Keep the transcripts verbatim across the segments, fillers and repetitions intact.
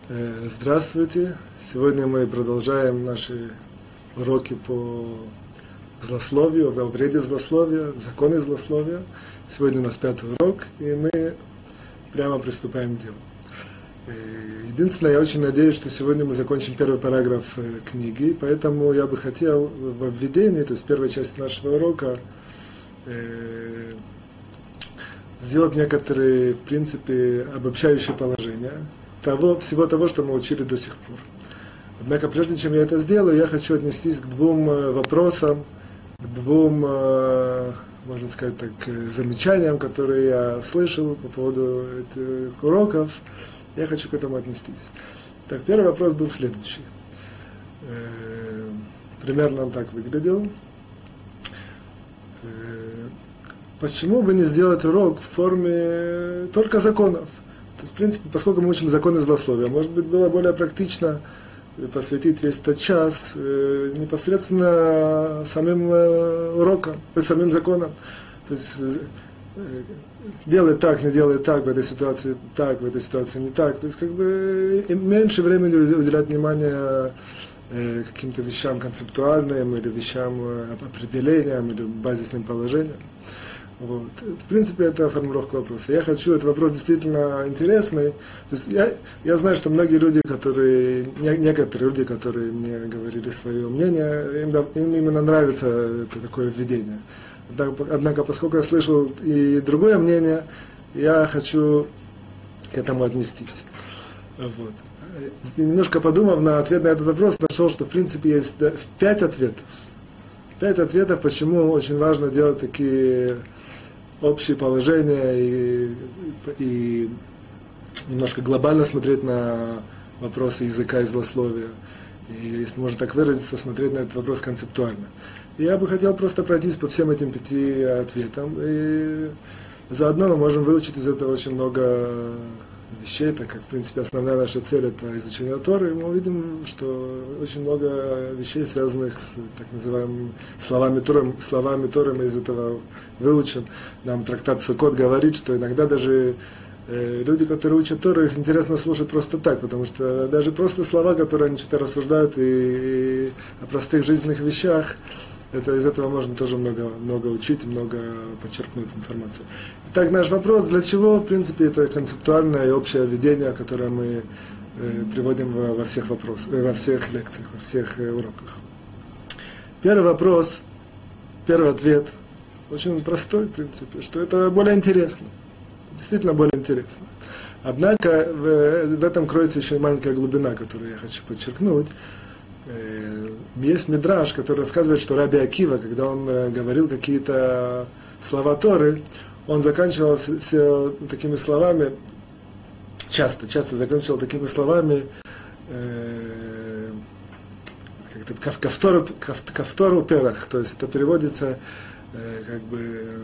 Э, Здравствуйте! Сегодня мы продолжаем наши уроки по злословию, о вреде злословия, законы злословия. Сегодня у нас пятый урок, и мы прямо приступаем к делу. Э, Единственное, я очень надеюсь, что сегодня мы закончим первый параграф э, книги, поэтому я бы хотел во введении, то есть в первой части нашего урока, э, сделать некоторые, в принципе, обобщающие положения того, всего того, что мы учили до сих пор. Однако, прежде чем я это сделаю, я хочу отнестись к двум вопросам, к двум, можно сказать так, замечаниям, которые я слышал по поводу этих уроков. Я хочу к этому отнестись. Так, первый вопрос был следующий. Примерно он так выглядел. Почему бы не сделать урок в форме только законов? То есть, в принципе, поскольку мы учим законы злословия, может быть, было более практично посвятить весь этот час э, непосредственно самим э, урокам, э, самим законам. То есть, э, делай так, не делай так, в этой ситуации так, в этой ситуации не так. То есть, как бы, меньше времени уделять внимание э, каким-то вещам концептуальным, или вещам, э, определениям, или базисным положениям. Вот. В принципе, это формулировка вопроса. Я хочу, этот вопрос действительно интересный. То есть я, я знаю, что многие люди, которые, не, некоторые люди, которые мне говорили свое мнение, им, им именно нравится это такое введение. Однако, однако, поскольку я слышал и другое мнение, я хочу к этому отнестись. Вот. И немножко подумав на ответ на этот вопрос, нашел, что в принципе есть пять ответов. Пять ответов, почему очень важно делать такие общие положения и, и немножко глобально смотреть на вопросы языка и злословия. И, если можно так выразиться, смотреть на этот вопрос концептуально. И я бы хотел просто пройтись по всем этим пяти ответам. И заодно мы можем выучить из этого очень много вещей, так как, в принципе, основная наша цель – это изучение Торы, и мы увидим, что очень много вещей, связанных с так называемыми словами Торы, словами Торы мы из этого выучим. Нам трактат Суккот говорит, что иногда даже э, люди, которые учат Тору, их интересно слушать просто так, потому что даже просто слова, которые они что-то рассуждают и, и о простых жизненных вещах, это, из этого можно тоже много, много учить, много подчеркнуть информацию. Итак, наш вопрос, для чего, в принципе, это концептуальное и общее введение, которое мы э, приводим во, во всех вопросах, э, во всех лекциях, во всех э, уроках. Первый вопрос, первый ответ, очень простой, в принципе, что это более интересно, действительно более интересно. Однако в, в этом кроется еще и маленькая глубина, которую я хочу подчеркнуть. Есть мидраш, который рассказывает, что Раби Акива, когда он говорил какие-то слова Торы, он заканчивал все такими словами, часто, часто заканчивал такими словами, э, как-то кавтору, кавтору перах, то есть это переводится э, как бы э,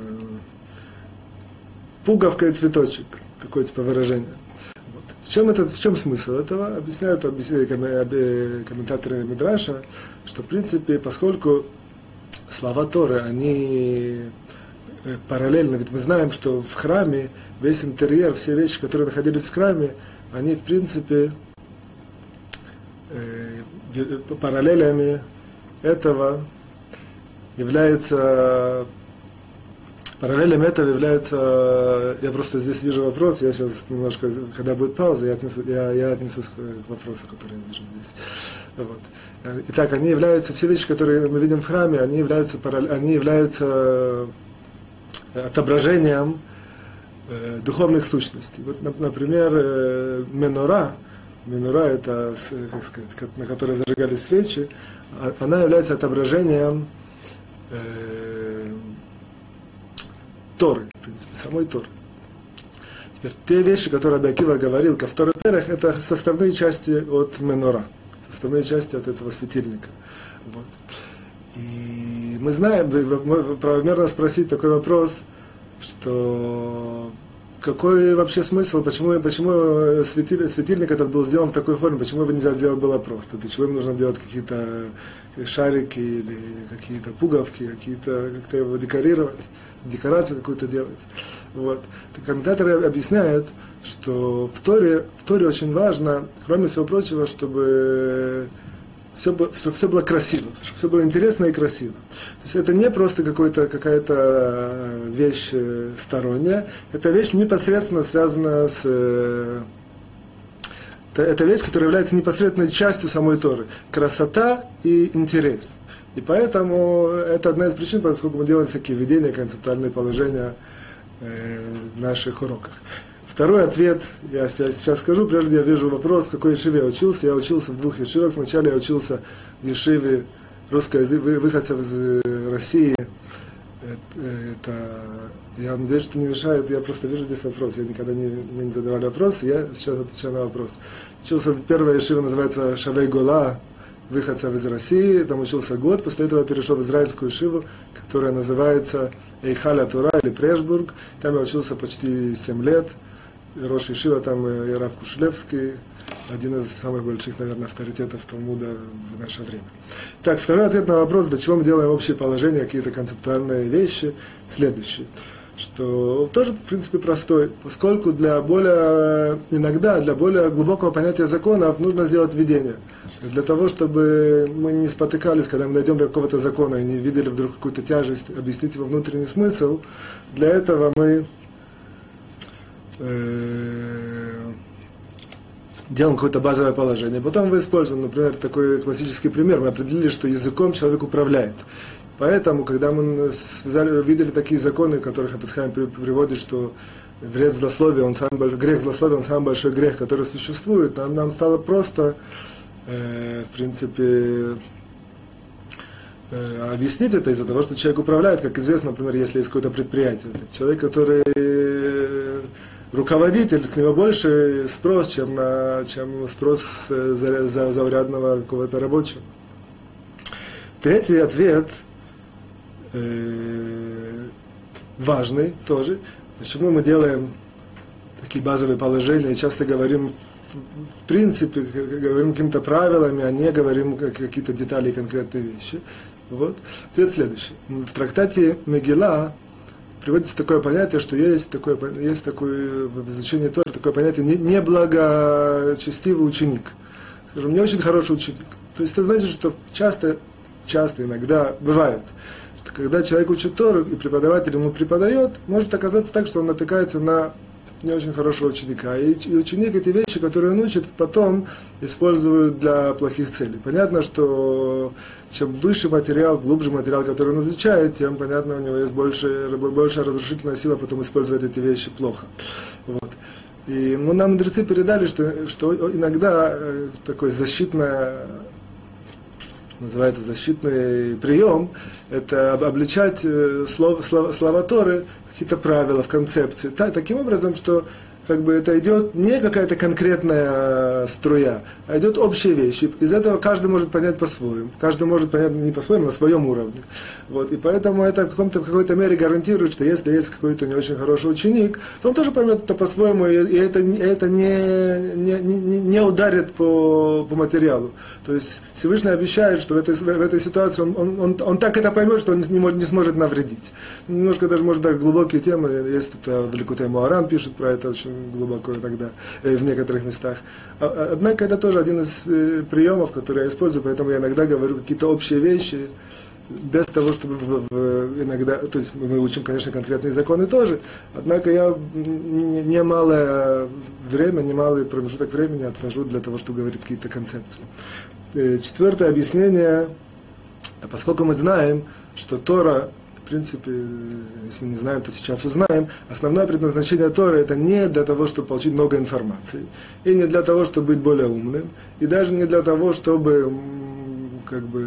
пуговка и цветочек, такое типа выражение. В чем, это, в чем смысл этого? Объясняют комментаторы Мидраша, что в принципе, поскольку слова Торы, они параллельно, ведь мы знаем, что в храме весь интерьер, все вещи, которые находились в храме, они в принципе параллелями этого являются Параллелями этого является, я просто здесь вижу вопрос, я сейчас немножко, когда будет пауза, я, отнесу, я, я отнесусь к вопросу, который я вижу здесь. Вот. Итак, они являются, все вещи, которые мы видим в храме, они являются, они являются отображением э, духовных сущностей. Вот, например, э, менора, менора это, как сказать, на которой зажигались свечи, она является отображением э, Торы, в принципе, самой Торы. Теперь, те вещи, которые Раби Акива говорил, кавтору перах, это составные части от менора, составные части от этого светильника. Вот. И мы знаем, правомерно спросить такой вопрос, что какой вообще смысл, почему, почему светильник, светильник этот был сделан в такой форме, почему его нельзя сделать было просто, для чего им нужно делать какие-то шарики или какие-то пуговки, какие-то, как-то его декорировать. декорацию какую-то делать. Вот. Комментаторы объясняют, что в Торе, в Торе очень важно, кроме всего прочего, чтобы все было, все, все было красиво, чтобы все было интересно и красиво. То есть это не просто какой-то, какая-то вещь сторонняя, это вещь непосредственно связана с... Это, это вещь, которая является непосредственной частью самой Торы. Красота и интерес. И поэтому это одна из причин, поскольку мы делаем всякие введения, концептуальные положения э, в наших уроках. Второй ответ, я, я сейчас скажу, прежде я вижу вопрос, в какой ешиве я учился. Я учился в двух ешивах. Вначале я учился в ешиве русской, выходцев из России. Это, я надеюсь, что не мешает, я просто вижу здесь вопрос. Я никогда не, мне не задавали вопрос, я сейчас отвечаю на вопрос. Учился, первая ешива называется Шавей Гола, выходцев из России, там учился год, после этого я перешел в израильскую ешиву, которая называется Эйхаля Тура или Прешбург, там я учился почти семь лет, Рош ешива там и Рав Кушелевский, один из самых больших, наверное, авторитетов Талмуда в наше время. Так, второй ответ на вопрос, для чего мы делаем общее положение, какие-то концептуальные вещи, следующий, что тоже, в принципе, простой, поскольку для более, иногда для более глубокого понятия законов нужно сделать введение. Для того, чтобы мы не спотыкались, когда мы дойдем до какого-то закона и не видели вдруг какую-то тяжесть, объяснить его внутренний смысл, для этого мы э, делаем какое-то базовое положение. Потом мы используем, например, такой классический пример. Мы определили, что языком человек управляет. Поэтому, когда мы видели такие законы, которых Хафец-Хаим приводит, что вред злословия, он самый, грех злословия, он самый большой грех, который существует, нам, нам стало просто, э, в принципе, э, объяснить это из-за того, что человек управляет, как известно, например, если есть какое-то предприятие. Человек, который руководитель, с него больше спрос, чем, на, чем спрос за, за, за урядного какого-то рабочего. Третий ответ э, важный тоже. Почему мы делаем такие базовые положения и часто говорим в, в принципе, говорим какими-то правилами, а не говорим какие-то детали и конкретные вещи. Вот. Ответ следующий. В трактате Мегилла приводится такое понятие, что есть такое, есть такое в изучении Торы такое понятие неблагочестивый ученик. Скажем, не очень хороший ученик. То есть это значит, что часто, часто иногда бывает, что когда человек учит Тору и преподаватель ему преподает, может оказаться так, что он натыкается на не очень хорошего ученика. И, и ученик эти вещи, которые он учит, потом использует для плохих целей. Понятно, что чем выше материал, глубже материал, который он изучает, тем, понятно, у него есть больше, больше разрушительная сила, потом использовать эти вещи плохо. Вот. И ну, нам мудрецы передали, что, что иногда э, такой защитный, что называется, защитный прием, это обличать э, слов, слова, слова Торы, какие-то правила в концепции. Так, таким образом, что как бы это идет не какая-то конкретная струя, а идет общие вещи. Из этого каждый может понять по-своему. Каждый может понять не по-своему, а на своем уровне. Вот. И поэтому это в, каком-то, в какой-то мере гарантирует, что если есть какой-то не очень хороший ученик, то он тоже поймет это по-своему, и, и это, это не, не, не, не ударит по, по материалу. То есть Всевышний обещает, что в этой, в этой ситуации он, он, он, он так это поймет, что он не, не сможет навредить. Немножко даже, может, так глубокие темы. Есть это в Ликутей Моарам пишет про это очень глубоко тогда, э, в некоторых местах. А, однако это тоже один из э, приемов, которые я использую, поэтому я иногда говорю какие-то общие вещи, без того, чтобы в, в, иногда, то есть мы учим, конечно, конкретные законы тоже, однако я немалое время, немалый промежуток времени отвожу для того, чтобы говорить какие-то концепции. Э, четвертое объяснение, поскольку мы знаем, что Тора, в принципе, если не знаем, то сейчас узнаем. Основное предназначение Торы – это не для того, чтобы получить много информации, и не для того, чтобы быть более умным, и даже не для того, чтобы, как бы,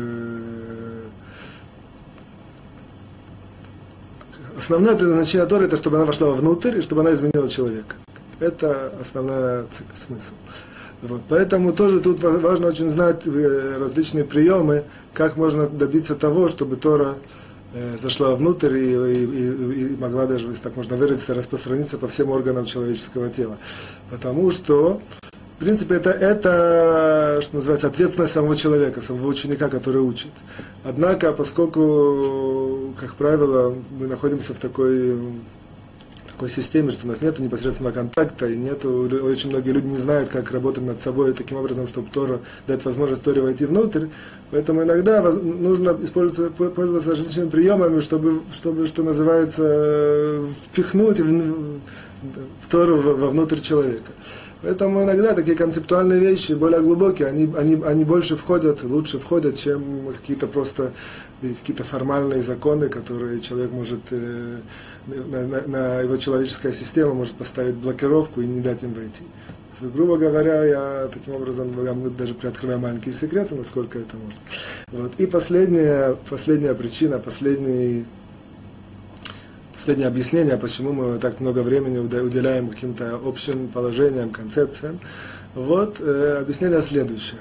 основное предназначение Торы – это чтобы она вошла вовнутрь, и чтобы она изменила человека. Это основной смысл. Вот. Поэтому тоже тут важно очень знать различные приемы, как можно добиться того, чтобы Тора зашла внутрь и, и, и, и могла даже, если так можно выразиться, распространиться по всем органам человеческого тела. Потому что, в принципе, это, это, что называется, ответственность самого человека, самого ученика, который учит. Однако, поскольку как правило, мы находимся в такой, в такой системе, что у нас нет непосредственного контакта, и нету, очень многие люди не знают, как работать над собой таким образом, чтобы Тора дать возможность Торе войти внутрь. Поэтому иногда нужно использовать, пользоваться различными приемами, чтобы, чтобы, что называется, впихнуть в, в Тору вовнутрь человека. Поэтому иногда такие концептуальные вещи, более глубокие, они, они, они больше входят, лучше входят, чем какие-то просто какие-то формальные законы, которые человек может, э, на, на, на его человеческая система может поставить блокировку и не дать им войти. Грубо говоря, я таким образом мы даже приоткрываю маленькие секреты, насколько это можно. Вот. И последняя, последняя причина, последний Последнее объяснение, почему мы так много времени уделяем каким-то общим положениям, концепциям. Вот э, объяснение следующее.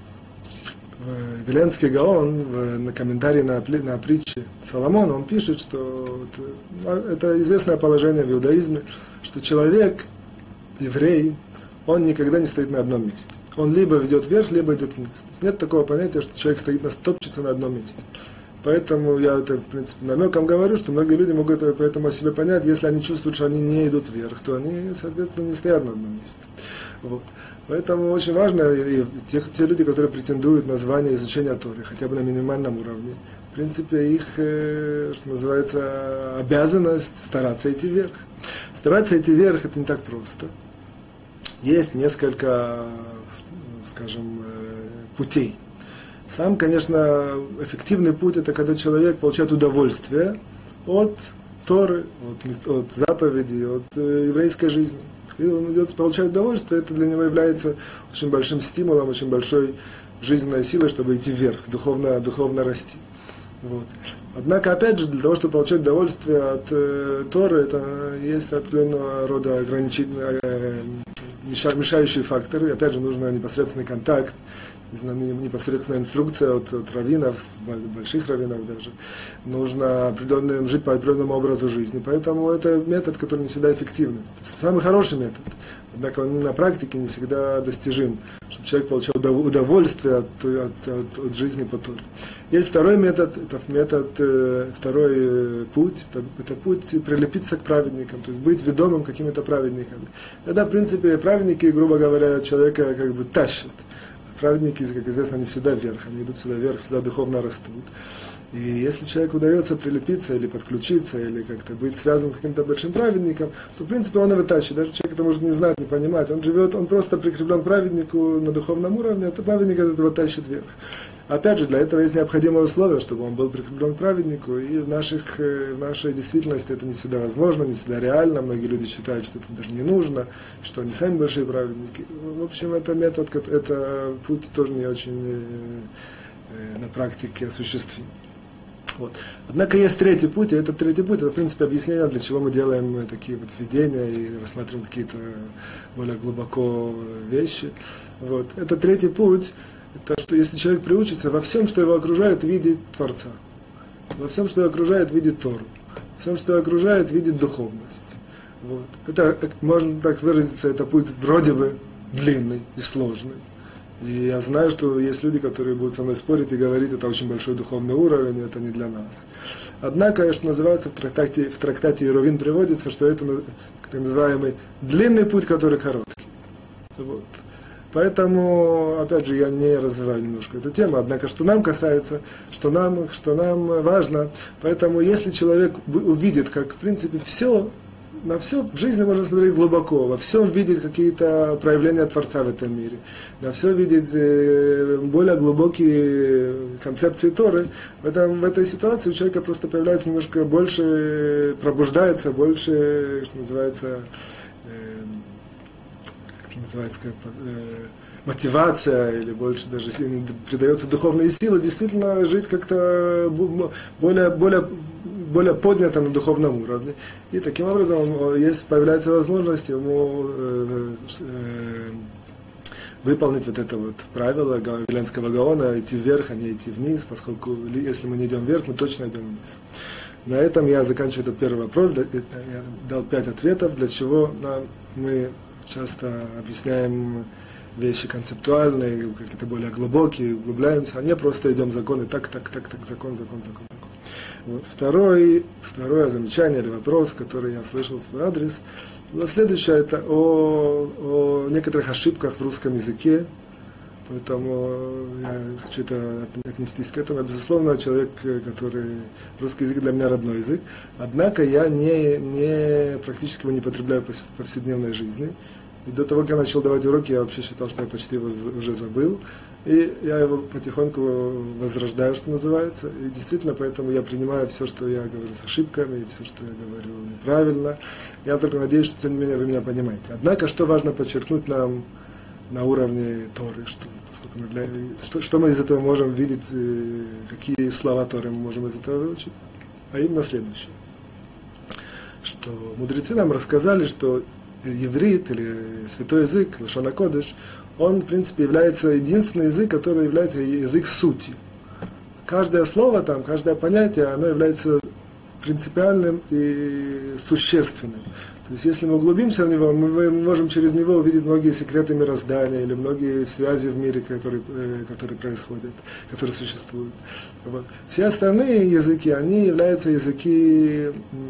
Виленский Гаон в, на комментарии на, на притче Соломона, он пишет, что это, это известное положение в иудаизме, что человек, еврей, он никогда не стоит на одном месте. Он либо ведет вверх, либо идет вниз. Нет такого понятия, что человек стоит, топчется на одном месте. Поэтому я это, в принципе, намеком говорю, что многие люди могут поэтому о себе понять, если они чувствуют, что они не идут вверх, то они, соответственно, не стоят на одном месте. Вот. Поэтому очень важно, и те, те люди, которые претендуют на звание изучения Торы, хотя бы на минимальном уровне, в принципе, их, что называется, обязанность стараться идти вверх. Стараться идти вверх – это не так просто. Есть несколько, скажем, путей. Сам, конечно, эффективный путь – это когда человек получает удовольствие от Торы, от, от заповедей, от э, еврейской жизни. Когда он идет, получает удовольствие, это для него является очень большим стимулом, очень большой жизненной силой, чтобы идти вверх, духовно, духовно расти. Вот. Однако, опять же, для того, чтобы получать удовольствие от э, Торы, это есть определенного рода ограничительные, э, мешающие факторы. Опять же, нужно непосредственный контакт, непосредственная инструкция от, от раввинов, больших раввинов даже. Нужно определенным, жить по определенному образу жизни. Поэтому это метод, который не всегда эффективный. Это самый хороший метод. Однако он на практике не всегда достижим, чтобы человек получал удовольствие от, от, от, от жизни по Торе. Есть второй метод, это метод, э, второй путь, это, это путь прилепиться к праведникам, то есть быть ведомым какими-то праведниками. Тогда, в принципе, праведники, грубо говоря, человека как бы тащат. Праведники, как известно, они всегда вверх, они идут всегда вверх, всегда духовно растут. И если человеку удается прилепиться или подключиться, или как-то быть связан с каким-то большим праведником, то, в принципе, он его тащит. Даже человек это может не знать, не понимать. Он живет, он просто прикреплен к праведнику на духовном уровне, а праведник от этого тащит вверх. Опять же, для этого есть необходимое условие, чтобы он был прикреплен к праведнику, и в, наших, в нашей действительности это не всегда возможно, не всегда реально. Многие люди считают, что это даже не нужно, что они сами большие праведники. В общем, это метод, это путь тоже не очень на практике осуществим. Вот. Однако есть третий путь, и этот третий путь, это, в принципе, объяснение, для чего мы делаем такие вот введения и рассматриваем какие-то более глубоко вещи. Вот. Это третий путь, это что если человек приучится во всем, что его окружает, видеть Творца. Во всем, что его окружает, видеть Тору. Во всем, что его окружает, видеть духовность. Вот. Это, можно так выразиться, это путь вроде бы длинный и сложный. И я знаю, что есть люди, которые будут со мной спорить и говорить, это очень большой духовный уровень, это не для нас. Однако, что называется, в трактате, в трактате Еровин приводится, что это так называемый длинный путь, который короткий. Вот. Поэтому, опять же, я не развиваю немножко эту тему, однако, что нам касается, что нам, что нам важно, поэтому, если человек увидит, как, в принципе, все, на все в жизни можно смотреть глубоко, во всем видеть какие-то проявления Творца в этом мире, на все видеть э, более глубокие концепции Торы, в, этом, в этой ситуации у человека просто появляется немножко больше, пробуждается больше, что называется, называется как, э, мотивация, или больше даже придается духовные силы, действительно жить как-то более, более, более поднято на духовном уровне. И таким образом есть, появляется возможность ему э, э, выполнить вот это вот правило Виленского Гаона, идти вверх, а не идти вниз, поскольку если мы не идем вверх, мы точно идем вниз. На этом я заканчиваю этот первый вопрос. Я дал пять ответов, для чего нам, мы часто объясняем вещи концептуальные, какие-то более глубокие, углубляемся, а не просто идем законы так, так, так, так, закон, закон, закон, закон. Вот. Второй, второе замечание или вопрос, который я услышал в свой адрес, было следующее, это о, о некоторых ошибках в русском языке. Поэтому я хочу это отнестись к этому. Я, безусловно, человек, который... Русский язык для меня родной язык. Однако я не, не, практически его не потребляю в повседневной жизни. И до того, как я начал давать уроки, я вообще считал, что я почти его уже забыл. И я его потихоньку возрождаю, что называется. И действительно, поэтому я принимаю все, что я говорю с ошибками, и все, что я говорю неправильно. Я только надеюсь, что, тем не менее, вы меня понимаете. Однако, что важно подчеркнуть нам на уровне Торы, что, поскольку мы являемся, что, что мы из этого можем видеть, какие слова Торы мы можем из этого выучить, а именно следующее. Что мудрецы нам рассказали, что иврит или святой язык, лашон а-кодеш, он, в принципе, является единственный язык, который является язык сути. Каждое слово там, каждое понятие, оно является принципиальным и существенным. То есть, если мы углубимся в него, мы можем через него увидеть многие секреты мироздания или многие связи в мире, которые, которые происходят, которые существуют. Вот. Все остальные языки, они являются языки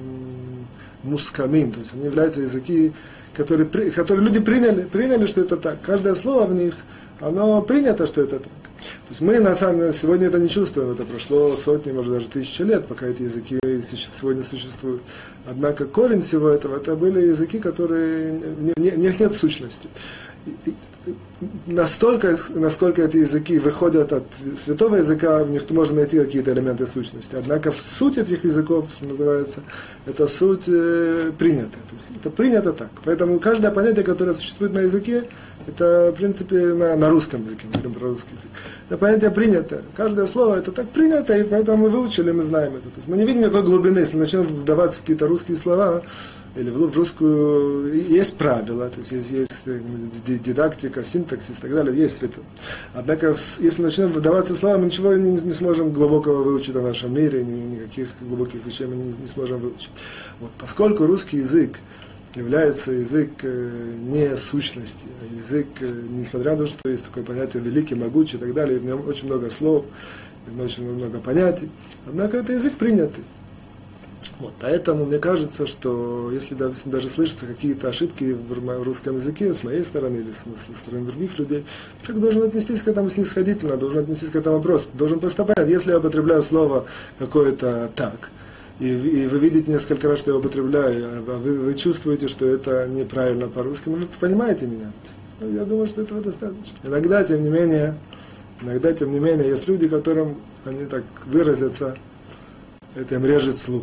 мускамим, то есть они являются языки, которые, которые люди приняли, приняли, что это так. Каждое слово в них, оно принято, что это так. То есть мы на самом деле сегодня это не чувствуем, это прошло сотни, может даже тысячи лет, пока эти языки сегодня существуют. Однако корень всего этого, это были языки, которые, в них нет сущности. И настолько, насколько эти языки выходят от святого языка, в них можно найти какие-то элементы сущности. Однако в суть этих языков, что называется, это суть э, принята. То есть это принято так. Поэтому каждое понятие, которое существует на языке, это, в принципе, на, на русском языке, мы говорим про русский язык. Это понятие принято. Каждое слово это так принято, и поэтому мы выучили, мы знаем это. То есть мы не видим никакой глубины. Если начнем вдаваться в какие-то русские слова, или в русскую, есть правила, то есть есть, есть дидактика, синтаксис и так далее, есть это. Однако, если начнем вдаваться в слова, мы ничего не, не сможем глубокого выучить о нашем мире, ни, никаких глубоких вещей мы не, не сможем выучить. Вот. Поскольку русский язык является язык э, не сущности, а язык, э, несмотря на то, что есть такое понятие великий, могучий и так далее, и в нем очень много слов, в нем очень много понятий, однако это язык принятый. Вот, поэтому мне кажется, что если даже слышатся какие-то ошибки в русском языке с моей стороны или со стороны других людей, человек должен отнестись к этому снисходительно, должен отнестись к этому просто, должен просто понять, если я употребляю слово какое-то так, и, и вы видите несколько раз, что я употребляю, а вы, вы чувствуете, что это неправильно по-русски, но вы понимаете меня. Я думаю, что этого достаточно. Иногда, тем не менее, иногда, тем не менее, есть люди, которым они так выразятся, это им режет слух.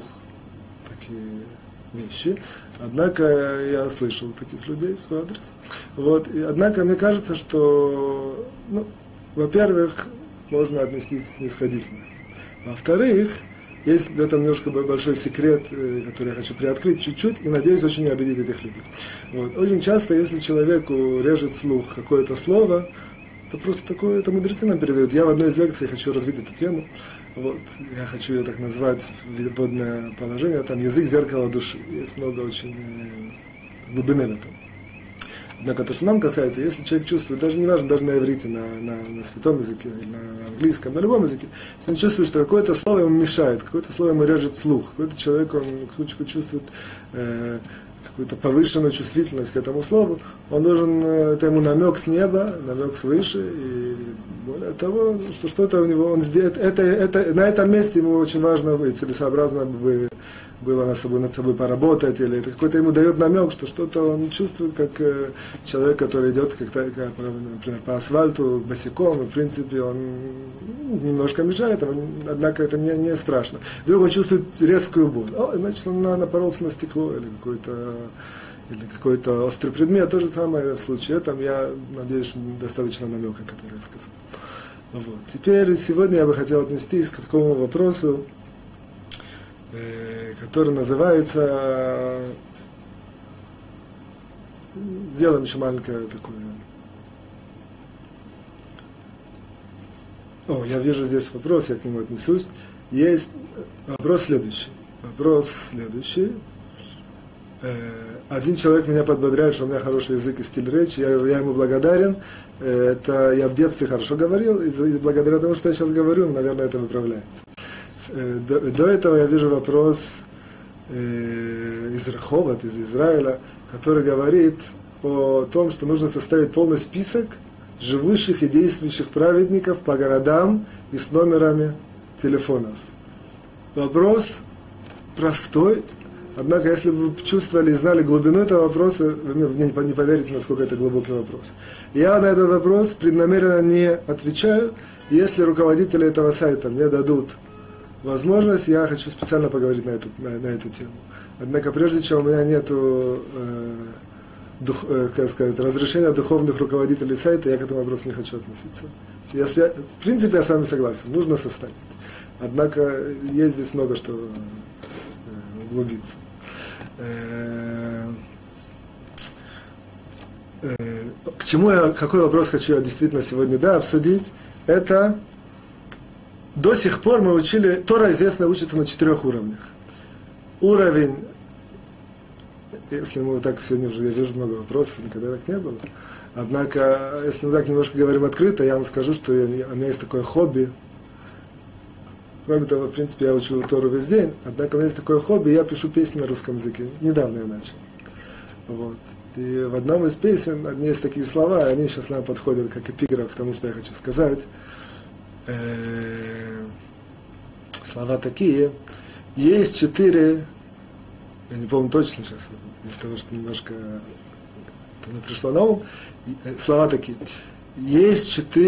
Вещи. Однако я слышал таких людей в свой адрес. Вот. И, однако мне кажется, что, ну, во-первых, можно отнестись снисходительно. Во-вторых, есть в этом немножко большой секрет, который я хочу приоткрыть чуть-чуть, и надеюсь очень не обидеть этих людей. Вот. Очень часто, если человеку режет слух какое-то слово, то просто такое, это мудрецы нам передают. Я в одной из лекций хочу развить эту тему. Вот, я хочу ее так назвать, вводное положение, там язык зеркало души. Есть много очень глубины в этом. Однако то, что нам касается, если человек чувствует, даже не важно, даже на иврите, на, на, на святом языке, на английском, на любом языке, если он чувствует, что какое-то слово ему мешает, какое-то слово ему режет слух, какой-то человек, он чувствует э, какую-то повышенную чувствительность к этому слову, он должен, это ему намек с неба, намек свыше, и более того, что что-то у него, он сделает, это, это, на этом месте ему очень важно и целесообразно бы было над собой, над собой поработать, или это какой-то ему дает намек, что что-то он чувствует, как э, человек, который идет, как-то, как, например, по асфальту босиком, и в принципе он немножко мешает, однако это не, не страшно. Вдруг он чувствует резкую боль, о, значит он напоролся на стекло, или какой-то или какой-то острый предмет, то же самое в случае этом, я надеюсь, что достаточно намека, который я сказал. Вот. Теперь сегодня я бы хотел отнестись к такому вопросу, э, который называется, сделаем еще маленькое такое. О, я вижу здесь вопрос, я к нему отнесусь. Есть вопрос следующий. Вопрос следующий. Один человек меня подбодряет, что у меня хороший язык и стиль речи, я, я ему благодарен. Это я в детстве хорошо говорил, и благодаря тому, что я сейчас говорю, наверное, это выправляется. э, до, до этого я вижу вопрос э, из Реховот, из Израиля, который говорит о том, что нужно составить полный список живущих и действующих праведников по городам и с номерами телефонов. Вопрос простой, однако, если бы вы чувствовали и знали глубину этого вопроса, вы мне не поверите, насколько это глубокий вопрос. Я на этот вопрос преднамеренно не отвечаю. Если руководители этого сайта мне дадут возможность, я хочу специально поговорить на эту, на, на эту тему. Однако, прежде чем у меня нет э, дух, э, как сказать, разрешения духовных руководителей сайта, я к этому вопросу не хочу относиться. Если, в принципе, я с вами согласен, нужно составить. Однако, есть здесь много что э, углубиться. Э, э, к чему я, какой вопрос хочу я действительно сегодня да, обсудить? Это до сих пор мы учили, Тора известно учится на четырех уровнях. Уровень, если мы вот так сегодня уже, я вижу много вопросов, никогда так не было. Однако, если мы так немножко говорим открыто, я вам скажу, что я, у меня есть такое хобби. Кроме того, в принципе, я учу Тору весь день, однако у меня есть такое хобби, я пишу песни на русском языке. Недавно я начал. Вот. И в одном из песен, одни есть такие слова, они сейчас нам подходят как эпиграф к тому, что я хочу сказать. Э-э- слова такие. Есть четыре, я не помню точно сейчас, из-за того, что немножко это мне пришло на ум, слова такие. Есть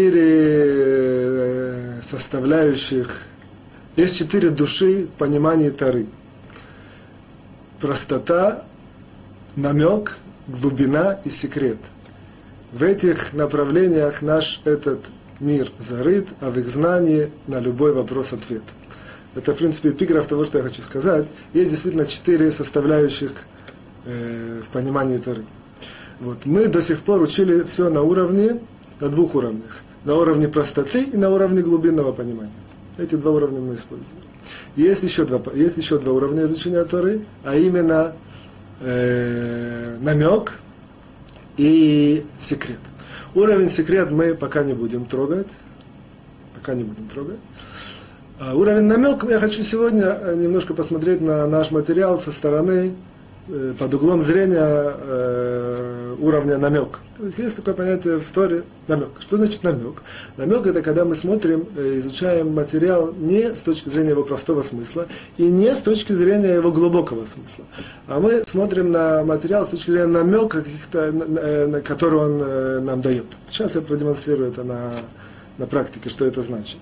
четыре составляющих, есть четыре души в понимании Торы. Простота, намек, глубина и секрет. В этих направлениях наш этот мир зарыт, а в их знании на любой вопрос ответ. Это, в принципе, эпиграф того, что я хочу сказать. Есть действительно четыре составляющих э, в понимании Торы. Вот. Мы до сих пор учили все на уровне, на двух уровнях. На уровне простоты и на уровне глубинного понимания. Эти два уровня мы используем. Есть еще два, есть еще два уровня изучения Торы, а именно э, намек и секрет. Уровень секрет мы пока не будем трогать. Пока не будем трогать. А уровень намек, я хочу сегодня немножко посмотреть на наш материал со стороны, э, под углом зрения э, уровня намек. То есть есть такое понятие в Торе намек. Что значит намек? Намек это когда мы смотрим, э, изучаем материал не с точки зрения его простого смысла и не с точки зрения его глубокого смысла. А мы смотрим на материал с точки зрения намека, каких-то, на, на, который он э, нам дает. Сейчас я продемонстрирую это на, на практике, что это значит.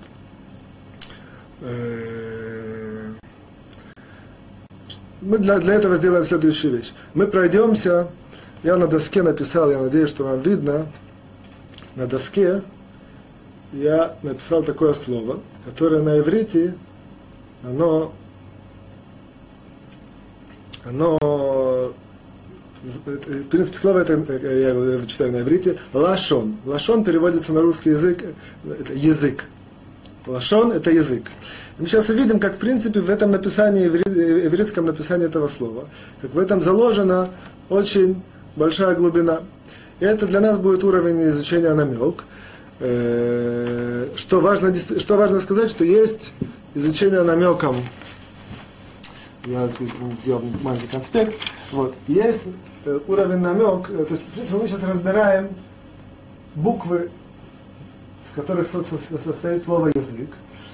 Мы для, для этого сделаем следующую вещь. Мы пройдемся, я на доске написал, я надеюсь, что вам видно, на доске я написал такое слово, которое на иврите, оно, оно, в принципе, слово это, я его читаю на иврите, лашон. Лашон переводится на русский язык, это язык. Лашон – это язык. И мы сейчас увидим, как, в принципе, в этом написании, в ивритском написании этого слова, как в этом заложена очень большая глубина. И это для нас будет уровень изучения намек. Что важно, что важно сказать, что есть изучение намеком. Я здесь сделал маленький конспект. Вот. Есть уровень намек. То есть, в принципе, мы сейчас разбираем буквы, из которых состоит слово язык.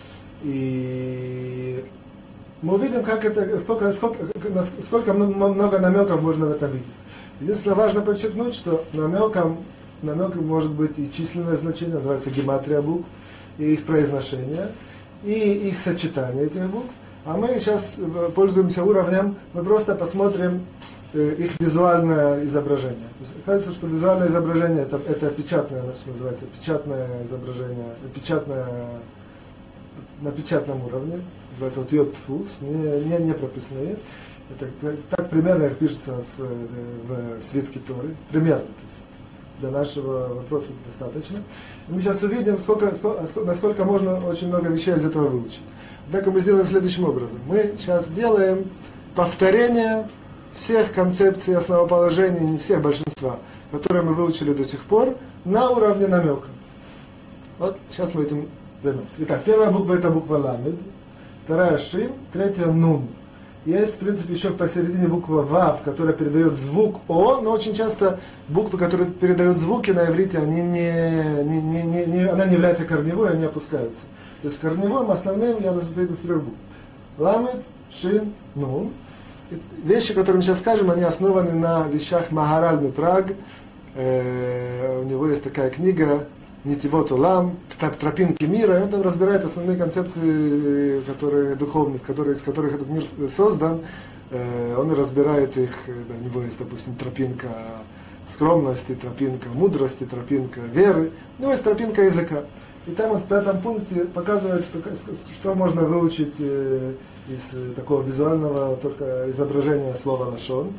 И мы увидим, как это, сколько, сколько, сколько много намеков можно в этом видеть. Единственное, важно подчеркнуть, что намеком, намеком может быть и численное значение, называется гематрия букв, и их произношение, и их сочетание этих букв. А мы сейчас пользуемся уровнем, мы просто посмотрим их визуальное изображение. То есть, оказывается, что визуальное изображение это, это печатное, что называется, печатное изображение, печатное, на печатном уровне, называется вот йод-тфус, не, не, не прописные. Это, так примерно их пишется в, в свитке Торы. Примерно. То есть для нашего вопроса достаточно. И мы сейчас увидим, сколько, сколько, насколько можно очень много вещей из этого выучить. Однако мы сделаем следующим образом. Мы сейчас сделаем повторение всех концепций основоположений, не всех, большинства, которые мы выучили до сих пор, на уровне намека. Вот сейчас мы этим займемся. Итак, первая буква это буква ламед. вторая шин, третья нун. Есть, в принципе, еще посередине буква вав, которая передает звук о, но очень часто буквы, которые передают звуки на иврите, они не, не, не, не, не, она не является корневой, они опускаются. То есть корневым основным я состоит из трех букв. Ламет, шин, нун. Вещи, которые мы сейчас скажем, они основаны на вещах Магараль Митраг. Э, у него есть такая книга Нитивот Улам, тропинки мира, и он там разбирает основные концепции, которые духовные, которые, из которых этот мир создан. Э, он разбирает их, да, у него есть, допустим, тропинка скромности, тропинка мудрости, тропинка веры, у него есть тропинка языка. И там вот в пятом пункте показывает, что, что можно выучить э, из такого визуального только изображения слова лашон.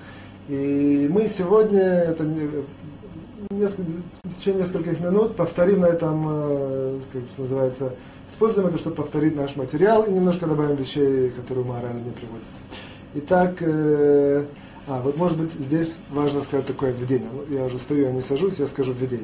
И мы сегодня, это несколько, в течение нескольких минут повторим на этом, э, как что называется, используем это, чтобы повторить наш материал и немножко добавим вещей, которые морально не приводятся. Итак, э, а, вот может быть здесь важно сказать такое введение. Я уже стою, я не сажусь, я скажу введение.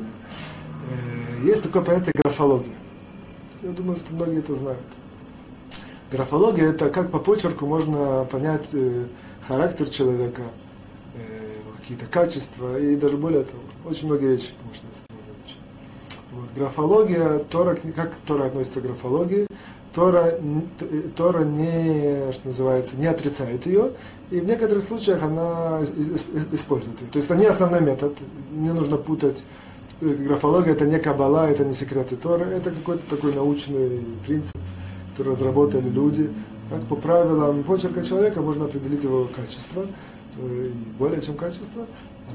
Есть такое понятие графология. Я думаю, что многие это знают. Графология — это как по почерку можно понять э, характер человека, э, какие-то качества и даже более того, очень многие вещи можно изучить. Вот. Графология, Тора, как Тора относится к графологии? Тора, Тора не, что называется, не отрицает ее, и в некоторых случаях она использует ее. То есть это не основной метод, не нужно путать. Графология — это не каббала, это не секреты Торы, это какой-то такой научный принцип, который разработали люди. Так, по правилам почерка человека можно определить его качество, и более чем качество.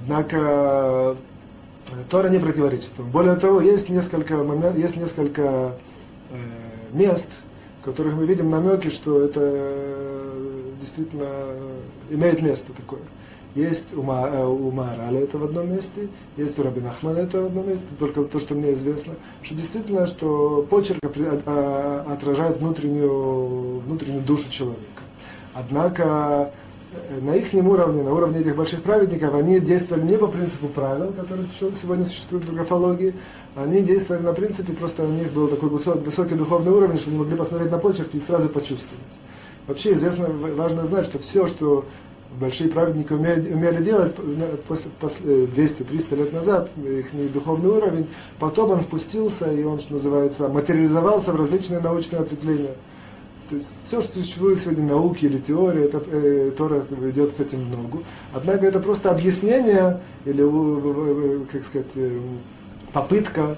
Однако Тора не противоречит. Более того, есть несколько, момент, есть несколько э, мест, в которых мы видим намеки, что это действительно имеет место такое. Есть у, Ма, у Маораля это в одном месте, есть у Раби Нахмана это в одном месте, только то, что мне известно, что действительно, что почерк отражает внутреннюю, внутреннюю душу человека. Однако на их уровне, на уровне этих больших праведников, они действовали не по принципу правил, которые сегодня существуют в графологии, они действовали на принципе, просто у них был такой высокий духовный уровень, что они могли посмотреть на почерк и сразу почувствовать. Вообще известно, важно знать, что все, что большие праведники умели, умели делать после двести-триста лет назад, их духовный уровень, потом он спустился и он, что называется, материализовался в различные научные ответвления. То есть все, что существует сегодня науки или теории, это э, Тора ведет с этим в ногу. Однако это просто объяснение или, э, как сказать, э, попытка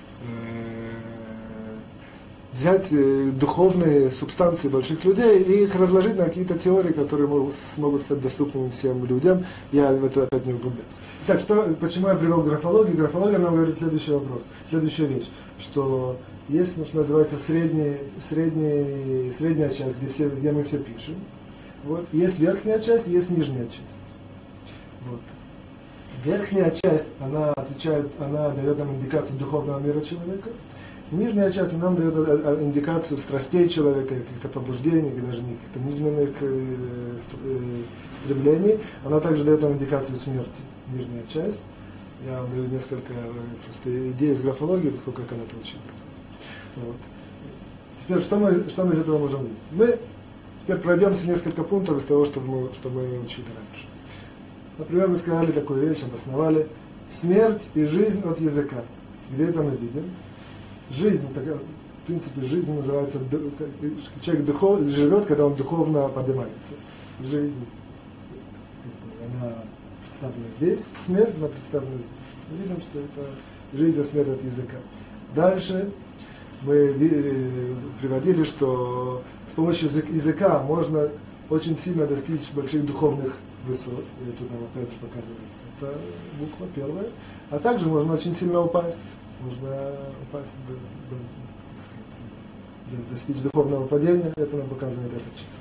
взять духовные субстанции больших людей и их разложить на какие-то теории, которые могут, смогут стать доступными всем людям. Я в это опять не углубляюсь. Итак, что, почему я привел графологию? Графология нам говорит следующий вопрос, следующая вещь, что есть, ну, что называется, средний, средний, средняя часть, где, все, где мы все пишем. Вот. Есть верхняя часть, есть нижняя часть. Вот. Верхняя часть, она отвечает, она дает нам индикацию духовного мира человека. Нижняя часть нам дает индикацию страстей человека, каких-то побуждений, даже каких-то низменных стремлений. Она также дает нам индикацию смерти. Нижняя часть. Я вам даю несколько просто идей из графологии, поскольку я когда-то учил графологию. Вот. Теперь, что мы, что мы из этого можем видеть? Мы теперь пройдемся несколько пунктов из того, что мы, что мы учили раньше. Например, мы сказали такую вещь, обосновали смерть и жизнь от языка. Где это мы видим? Жизнь, такая, в принципе, жизнь называется, человек духов, живет, когда он духовно поднимается. Жизнь, она представлена здесь, смерть, она представлена здесь. Мы видим, что это жизнь и смерть от языка. Дальше мы приводили, что с помощью языка можно очень сильно достичь больших духовных высот. Я тут нам опять же показываю. Это буква первая. А также можно очень сильно упасть. Можно упасть, до, до, сказать, достичь духовного падения, это нам показывает этот текст.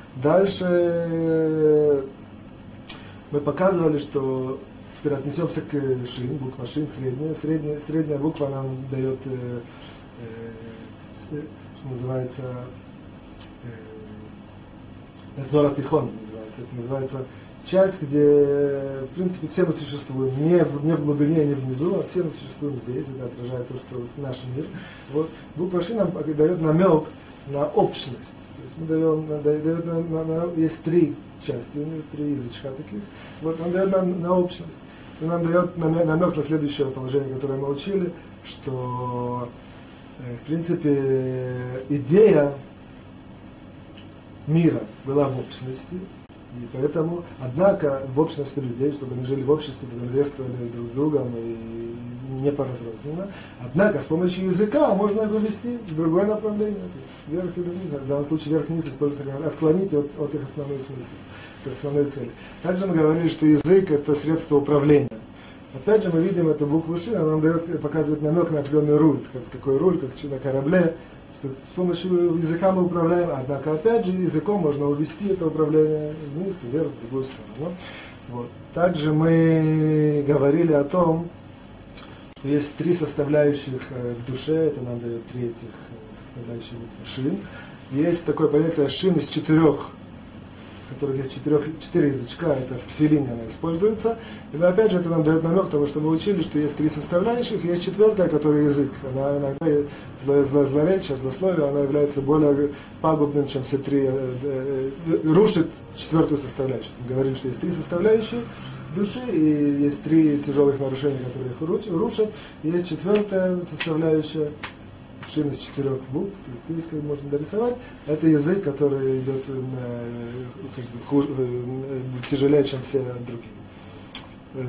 Дальше мы показывали, что теперь отнесемся к шин, буква шин, средняя. Средняя, средняя буква нам дает, э, э, что называется, э, Зора Тихон называется. Это называется часть, где, в принципе, все мы существуем, не в, не в глубине, не внизу, а все мы существуем здесь, это отражает то, что наш мир. Вот. Буква Ши нам дает намек на общность. То есть мы даем, дает нам, на, на, есть три части, у него три язычка таких. Вот он дает нам на общность. И нам дает намек на следующее положение, которое мы учили, что в принципе идея мира была в общности. И поэтому, однако, в общности людей, чтобы они жили в обществе, взаимодействовали друг с другом и не поразрозненно. Однако, с помощью языка можно его ввести в другое направление. Вверх или вниз. В данном случае вверх-вниз используется как отклонить от, от их основной смысла, от основной цели. Также мы говорили, что язык – это средство управления. Опять же, мы видим эту букву «Ши», она нам дает, показывает намек на определенный руль, как такой руль, как на корабле. Что с помощью языка мы управляем, однако, опять же, языком можно увести это управление вниз, вверх, в другую сторону. Вот. Также мы говорили о том, что есть три составляющих в душе, это нам дает три этих составляющих шин. Есть такое понятие шин из четырех, в которых есть четырех, четыре язычка, это в тфилине она используется. И опять же это нам дает намек того, что мы учили, что есть три составляющих, и есть четвертая, которая язык. Она иногда зло, зло, злоречие, злословие, она является более пагубным, чем все три, э, э, рушит четвертую составляющую. Мы говорили, что есть три составляющие души, и есть три тяжелых нарушения, которые их рушат, и есть четвертая составляющая, шин из четырех букв, то есть здесь как можно дорисовать, это язык, который идет э, как бы, хуж, э, тяжелее, чем все другие. Э,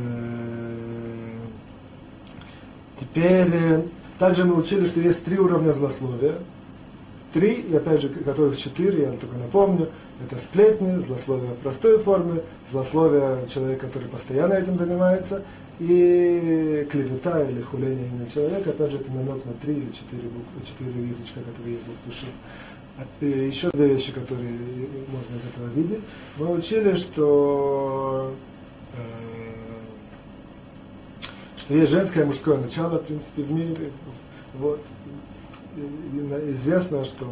теперь, э, также мы учили, что есть три уровня злословия, три, и опять же, которых четыре, я только напомню, это сплетни, злословие в простой форме, злословие человека, который постоянно этим занимается, и клевета или хуление имени человека, опять же, это намек на три или четыре буквы, четыре язычка, которые есть в букве Ши. Еще две вещи, которые можно из этого видеть. Мы учили, что, э, что есть женское и мужское начало, в принципе, в мире. Вот. И известно, что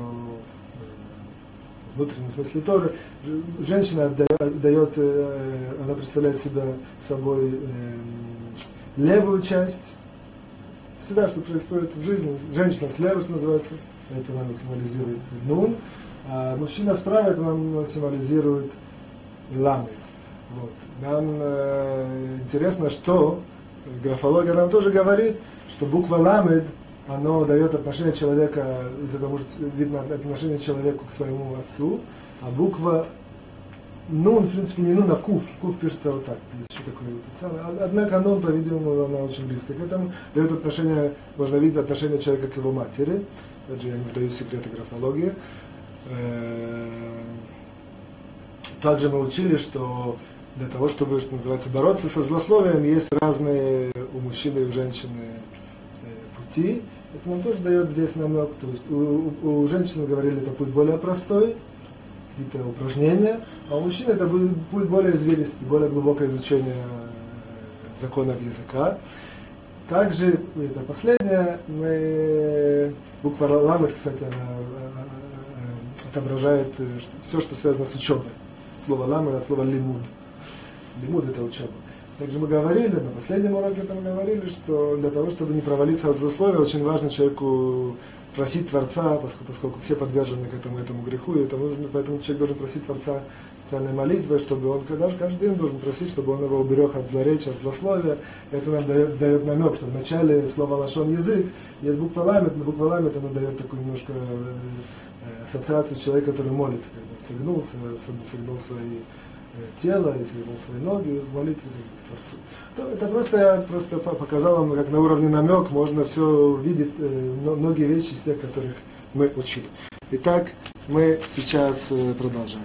в внутреннем смысле Торы женщина отдает, дает, она представляет себя собой левую часть. Всегда, что происходит в жизни, женщина слева, что называется, это нам символизирует нун, а мужчина справа, это нам символизирует ламы. Вот. Нам э, интересно, что графология нам тоже говорит, что буква ламед, оно дает отношение человека, из этого может видно отношение человека к своему отцу, а буква нун, в принципе, не нун, а куф. Куф пишется вот так. Есть еще такое вот. Однако нун, по-видимому, она очень близко к этому. Дает отношение, можно видеть отношение человека к его матери. Опять же, я не вдаю секреты графологии. Также мы учили, что для того, чтобы, что называется, бороться со злословием, есть разные у мужчины и у женщины пути. Это нам тоже дает здесь намек. То есть у, у, у женщины, говорили, это путь более простой, какие-то упражнения, а у мужчин это будет путь более извилистый, более глубокое изучение законов языка. Также, это последнее, мы, буква ламет, кстати, она отображает что, все, что связано с учебой. Слово ламет от слова лимуд. Лимуд это учеба. Также мы говорили, на последнем уроке там говорили, что для того, чтобы не провалиться от злословия, очень важно человеку просить Творца, поскольку, поскольку все подвержены к этому, этому греху, и это нужно, поэтому человек должен просить Творца специальной молитвой, чтобы он даже каждый день должен просить, чтобы он его уберег от злоречия, от злословия. Это нам дает, дает намек, что в начале слова лашон язык есть буква ламет, но буква ламет она дает такую немножко ассоциацию с человеком, который молится, когда он согнулся, согнул свои тело, и согнул свои ноги в молитве к Творцу. То это просто я просто показал вам, как на уровне намек можно все видеть, многие вещи из тех, которых мы учили. Итак, мы сейчас продолжаем.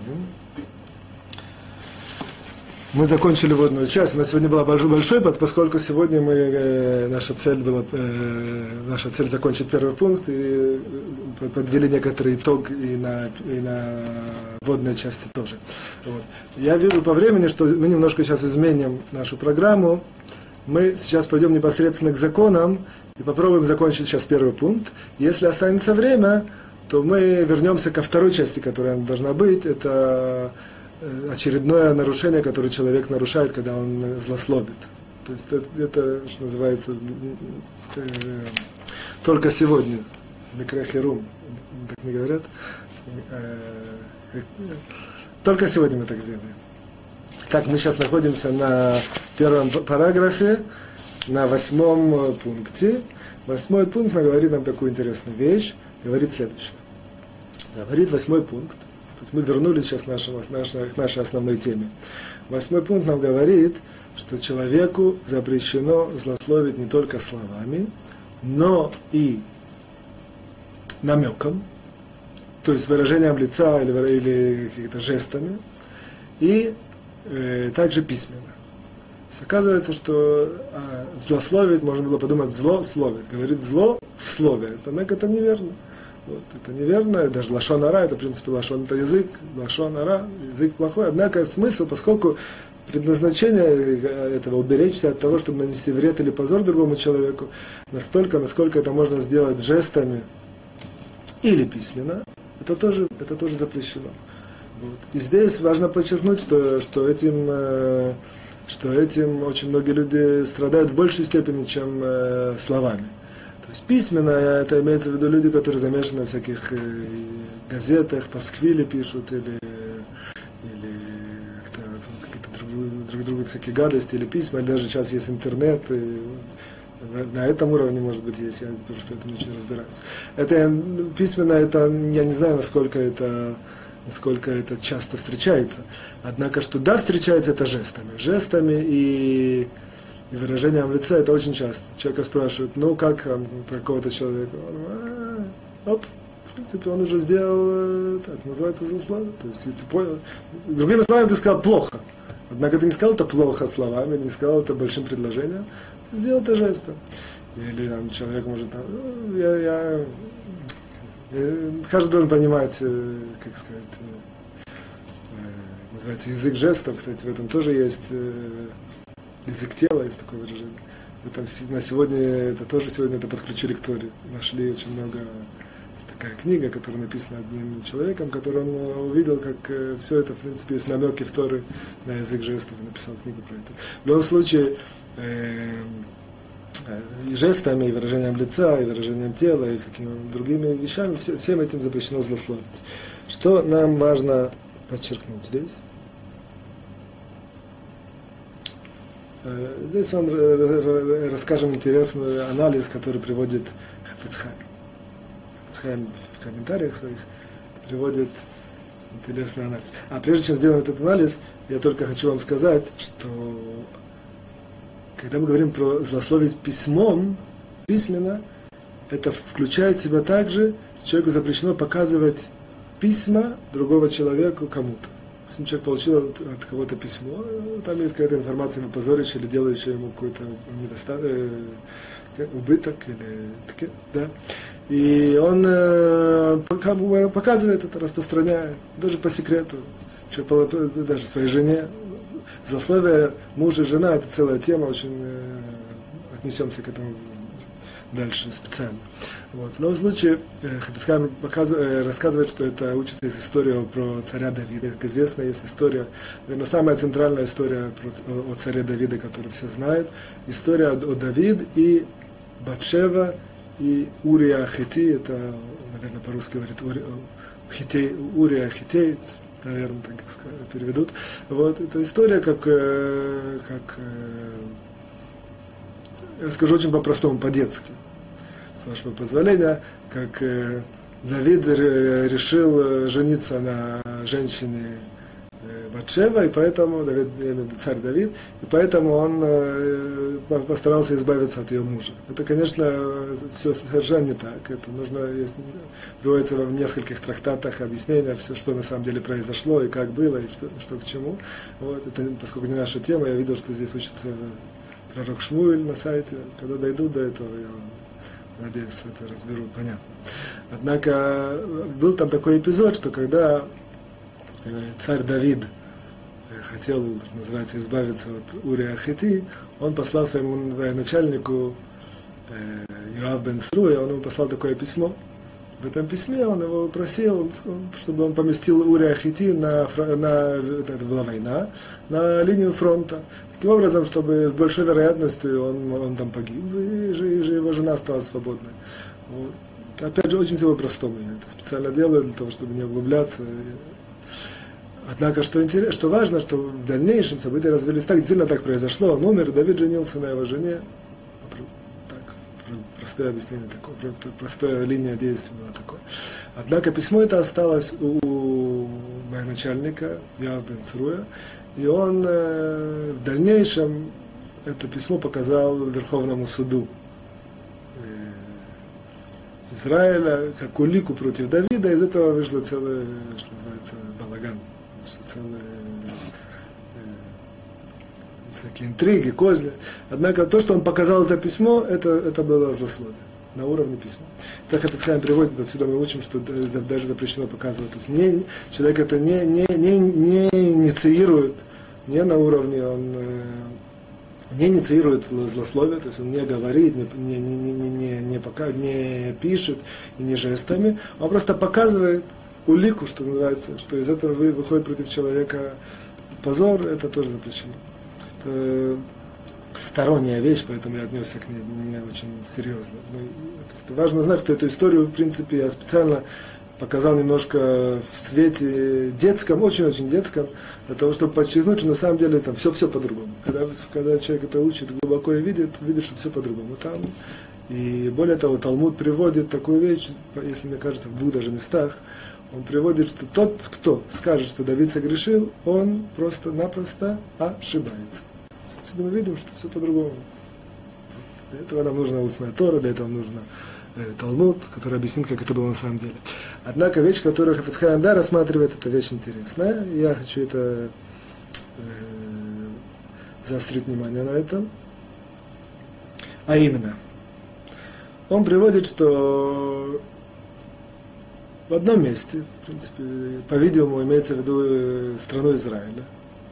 Мы закончили водную часть. У нас сегодня была большой, большой поскольку сегодня мы, э, наша цель была, э, наша цель закончить первый пункт и подвели некоторый итог и на, и на водной части тоже. Вот. Я вижу по времени, что мы немножко сейчас изменим нашу программу. Мы сейчас пойдем непосредственно к законам и попробуем закончить сейчас первый пункт. Если останется время, то мы вернемся ко второй части, которая должна быть. Это очередное нарушение, которое человек нарушает, когда он злословит. То есть это, это что называется, э, только сегодня, микрохирум, так не говорят, Только сегодня мы так сделаем. Так, мы сейчас находимся на первом параграфе, на восьмом пункте. Восьмой пункт говорит нам такую интересную вещь, говорит следующее. Говорит восьмой пункт. То есть мы вернулись сейчас к, нашему, к нашей основной теме. Восьмой пункт нам говорит, что человеку запрещено злословить не только словами, но и намеком, то есть выражением лица или, или какими-то жестами, и э, также письменно. Оказывается, что а, злословить, можно было подумать, зло словит. Говорит зло в слове. Однако это неверно. Вот, это неверно. Даже лашон ара, это в принципе лашон это язык, лашон ара, язык плохой. Однако смысл, поскольку предназначение этого уберечься от того, чтобы нанести вред или позор другому человеку, настолько, насколько это можно сделать жестами или письменно, это тоже, это тоже запрещено. Вот. И здесь важно подчеркнуть, что, что этим... что этим очень многие люди страдают в большей степени, чем э, словами. То есть письменно, это имеется в виду люди, которые замешаны в всяких э, газетах, пасквили пишут, или, или какие-то другие, друг другу всякие гадости, или письма, или даже сейчас есть интернет, и на этом уровне, может быть, есть, я просто это не очень разбираюсь. Это письменно, это, я не знаю, насколько это... насколько это часто встречается. Однако, что да, встречается это жестами. Жестами и, и выражением лица это очень часто. Человека спрашивают, ну как там, про какого-то человека? Он, а, оп, в принципе, он уже сделал, так называется злословие. То есть, ты понял. Другими словами, ты сказал плохо. Однако ты не сказал это плохо словами, не сказал это большим предложением. Ты сделал это жестом. Или там человек может там, ну, я, я каждый должен понимать, как сказать, называется язык жестов, кстати, в этом тоже есть язык тела, есть такое выражение. Этом, на сегодня, это тоже сегодня это подключили к Торе. Нашли очень много, такая книга, которая написана одним человеком, который он увидел, как все это, в принципе, есть намеки в Торе на язык жестов, и написал книгу про это. В любом случае, и жестами, и выражением лица, и выражением тела, и всякими другими вещами, все, всем этим запрещено злословить. Что нам важно подчеркнуть здесь? Здесь он расскажем интересный анализ, который приводит Хафец Хаим. Хафец Хаим в комментариях своих приводит интересный анализ. А прежде чем сделаем этот анализ, я только хочу вам сказать, что когда мы говорим про злословить письмом, письменно, это включает в себя также, что человеку запрещено показывать письма другого человека кому-то. Если человек получил от, от кого-то письмо, там есть какая-то информация ему позорящая или делающая ему какой-то недостаток, э, убыток, или таки, да. И он э, показывает это, распространяет, даже по секрету, даже своей жене. Злословие мужа и жена – это целая тема, очень э, отнесемся к этому дальше специально. Вот. В любом случае, э, Хафец Хаим э, рассказывает, что это учится из истории про царя Давида. Как известно, есть история, наверное, самая центральная история про, о, о царе Давиде, которую все знают. История о, о Давид и Батшева и Урия Хити, это, наверное, по-русски говорит Ури, Хитей, Урия Хитеец, наверное, так переведут. Вот, это история, как, как я скажу очень по-простому, по-детски, с вашего позволения, как Давид решил жениться на женщине Батшева, и поэтому, Давид, я имею в виду царь Давид, и поэтому он постарался избавиться от ее мужа. Это, конечно, все совершенно не так. Это нужно, есть, приводится в нескольких трактатах объяснения, все, что на самом деле произошло, и как было, и что, что к чему. Вот, это, поскольку не наша тема, я видел, что здесь учится пророк Шмуэль на сайте. Когда дойду до этого, я надеюсь, это разберу, понятно. Однако, был там такой эпизод, что когда царь Давид хотел, называется, избавиться от Урия Хити, он послал своему военачальнику э, Йоав бен Цруя, он ему послал такое письмо. В этом письме он его просил, чтобы он поместил Урия Хити на, на, это была война, на линию фронта. Таким образом, чтобы с большой вероятностью он, он там погиб, и, и его жена стала свободной. Вот. Опять же, очень все по-простому. Я это специально делаю для того, чтобы не углубляться. Однако, что интересно, что важно, что в дальнейшем события развились так, действительно так произошло. Он умер, Давид женился на его жене. Так, простое объяснение такое, простая линия действий была такое. Однако письмо это осталось у военачальника Йоав бен Цруя, и он э, в дальнейшем это письмо показал Верховному суду э, Израиля, как улику против Давида. Из этого вышло целое, что называется, балаган, целые э, всякие интриги, козли. Однако то, что он показал это письмо, это, это было злословие на уровне письма. Так Хафец Хаим приводит, отсюда мы учим, что даже запрещено показывать. То есть не, человек это не, не, не, не инициирует, не на уровне, он не инициирует злословие, то есть он не говорит, не, не, не, не, не, не, не, пока, не пишет и не жестами, он просто показывает улику, что называется, что из этого выходит против человека позор, это тоже запрещено. Это сторонняя вещь, поэтому я отнесся к ней не очень серьезно. Но, то есть, важно знать, что эту историю, в принципе, я специально показал немножко в свете детском, очень-очень детском, для того, чтобы подчеркнуть, что на самом деле там все-все по-другому. Когда, когда человек это учит глубоко и видит, видит, что все по-другому там. И более того, Талмуд приводит такую вещь, если мне кажется, в двух даже местах, он приводит, что тот, кто скажет, что Давид согрешил, он просто-напросто ошибается. Отсюда мы видим, что все по-другому. Для этого нам нужна устная Тора, для этого нужно э, Талмуд, который объяснит, как это было на самом деле. Однако вещь, которую Хафец Хаим да, рассматривает, это вещь интересная. Я хочу это э, заострить внимание на этом. А именно, он приводит, что в одном месте, в принципе, по-видимому, имеется в виду э, страну Израиля,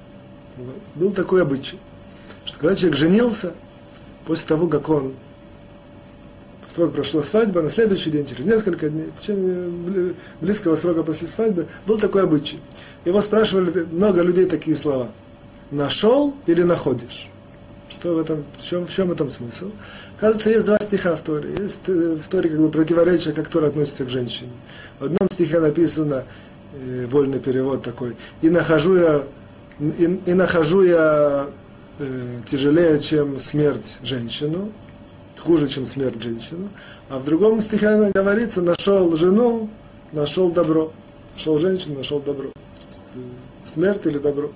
был такой обычай, что когда человек женился, после того, как он, после того, как прошла свадьба, на следующий день, через несколько дней, в течение близкого срока после свадьбы, был такой обычай. Его спрашивали много людей такие слова. Нашел или находишь? Что в этом, в чем, в чем этом смысл? Оказывается, есть два стиха в Торе. Есть в Торе как бы противоречие, как Тора относится к женщине. В одном стихе написано, э, вольный перевод такой, и нахожу я, и, и нахожу я э, тяжелее, чем смерть женщину, хуже, чем смерть женщину. А в другом стихе говорится, нашел жену, нашел добро. Нашел женщину, нашел добро. Смерть или добро.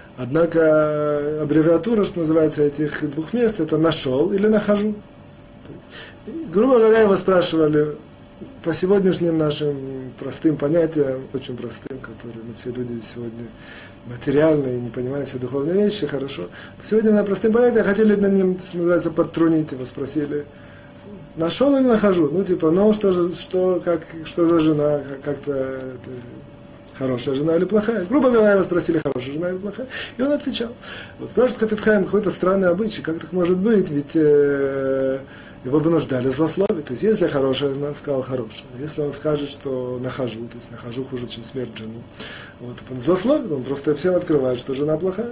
Однако аббревиатура, что называется, этих двух мест, это нашел или нахожу. То есть, грубо говоря, его спрашивали по сегодняшним нашим простым понятиям, очень простым, которые мы все люди сегодня материальные, не понимаем все духовные вещи, хорошо. Сегодня на простым понятиям хотели над ним, что называется, подтрунить, его спросили, нашел или нахожу? Ну, типа, ну, что же, что, как, что за жена, как-то это, хорошая жена или плохая? Грубо говоря, его спросили, хорошая жена или плохая, и он отвечал. Вот спрашивает Хафец Хаим, какой-то странный обычай, как так может быть, ведь э, его вынуждали злословить. То есть, если хорошая жена, сказал хорошая. Если он скажет, что нахожу, то есть нахожу хуже, чем смерть жену, вот, он злословит, он просто всем открывает, что жена плохая.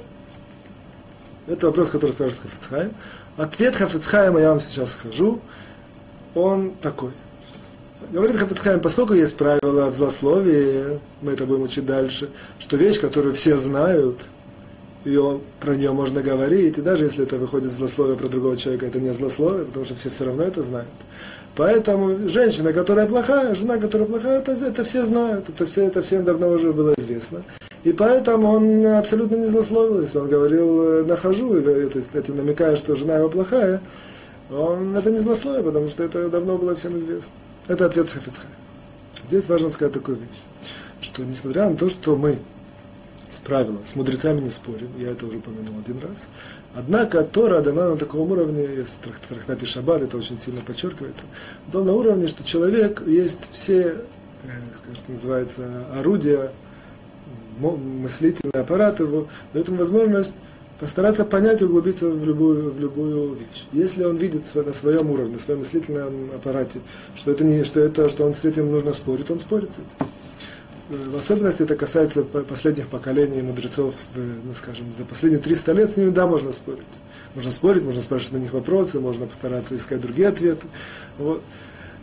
Это вопрос, который спрашивает Хафец Хаим. Ответ Хафец Хаима я вам сейчас скажу, он такой. Говорит Хафец Хаим, поскольку есть правила в злословии, мы это будем учить дальше, что вещь, которую все знают, ее, про нее можно говорить, и даже если это выходит злословие про другого человека, это не злословие, потому что все все равно это знают. Поэтому женщина, которая плохая, жена, которая плохая, это, это все знают, это, все, это всем давно уже было известно. И поэтому он абсолютно не злословил, если он говорил «нахожу», и, то есть, этим намекая, что жена его плохая, он, это не злословие, потому что это давно было всем известно. Это ответ Хафец Хаим. Здесь важно сказать такую вещь, что несмотря на то, что мы с правила, с мудрецами не спорим, я это уже упомянул один раз, однако Тора дана на таком уровне, есть в трактате Шаббат, это очень сильно подчеркивается, дана на уровне, что человек есть все, как что называется, орудия, мыслительный аппарат его, дает ему возможность постараться понять и углубиться в любую, в любую вещь. Если он видит на своем уровне, на своем мыслительном аппарате, что это не, что это, что он с этим нужно спорить, он спорит с этим. В особенности это касается последних поколений мудрецов, ну, скажем, за последние триста лет с ними, да, можно спорить. Можно спорить, можно спрашивать на них вопросы, можно постараться искать другие ответы. Вот.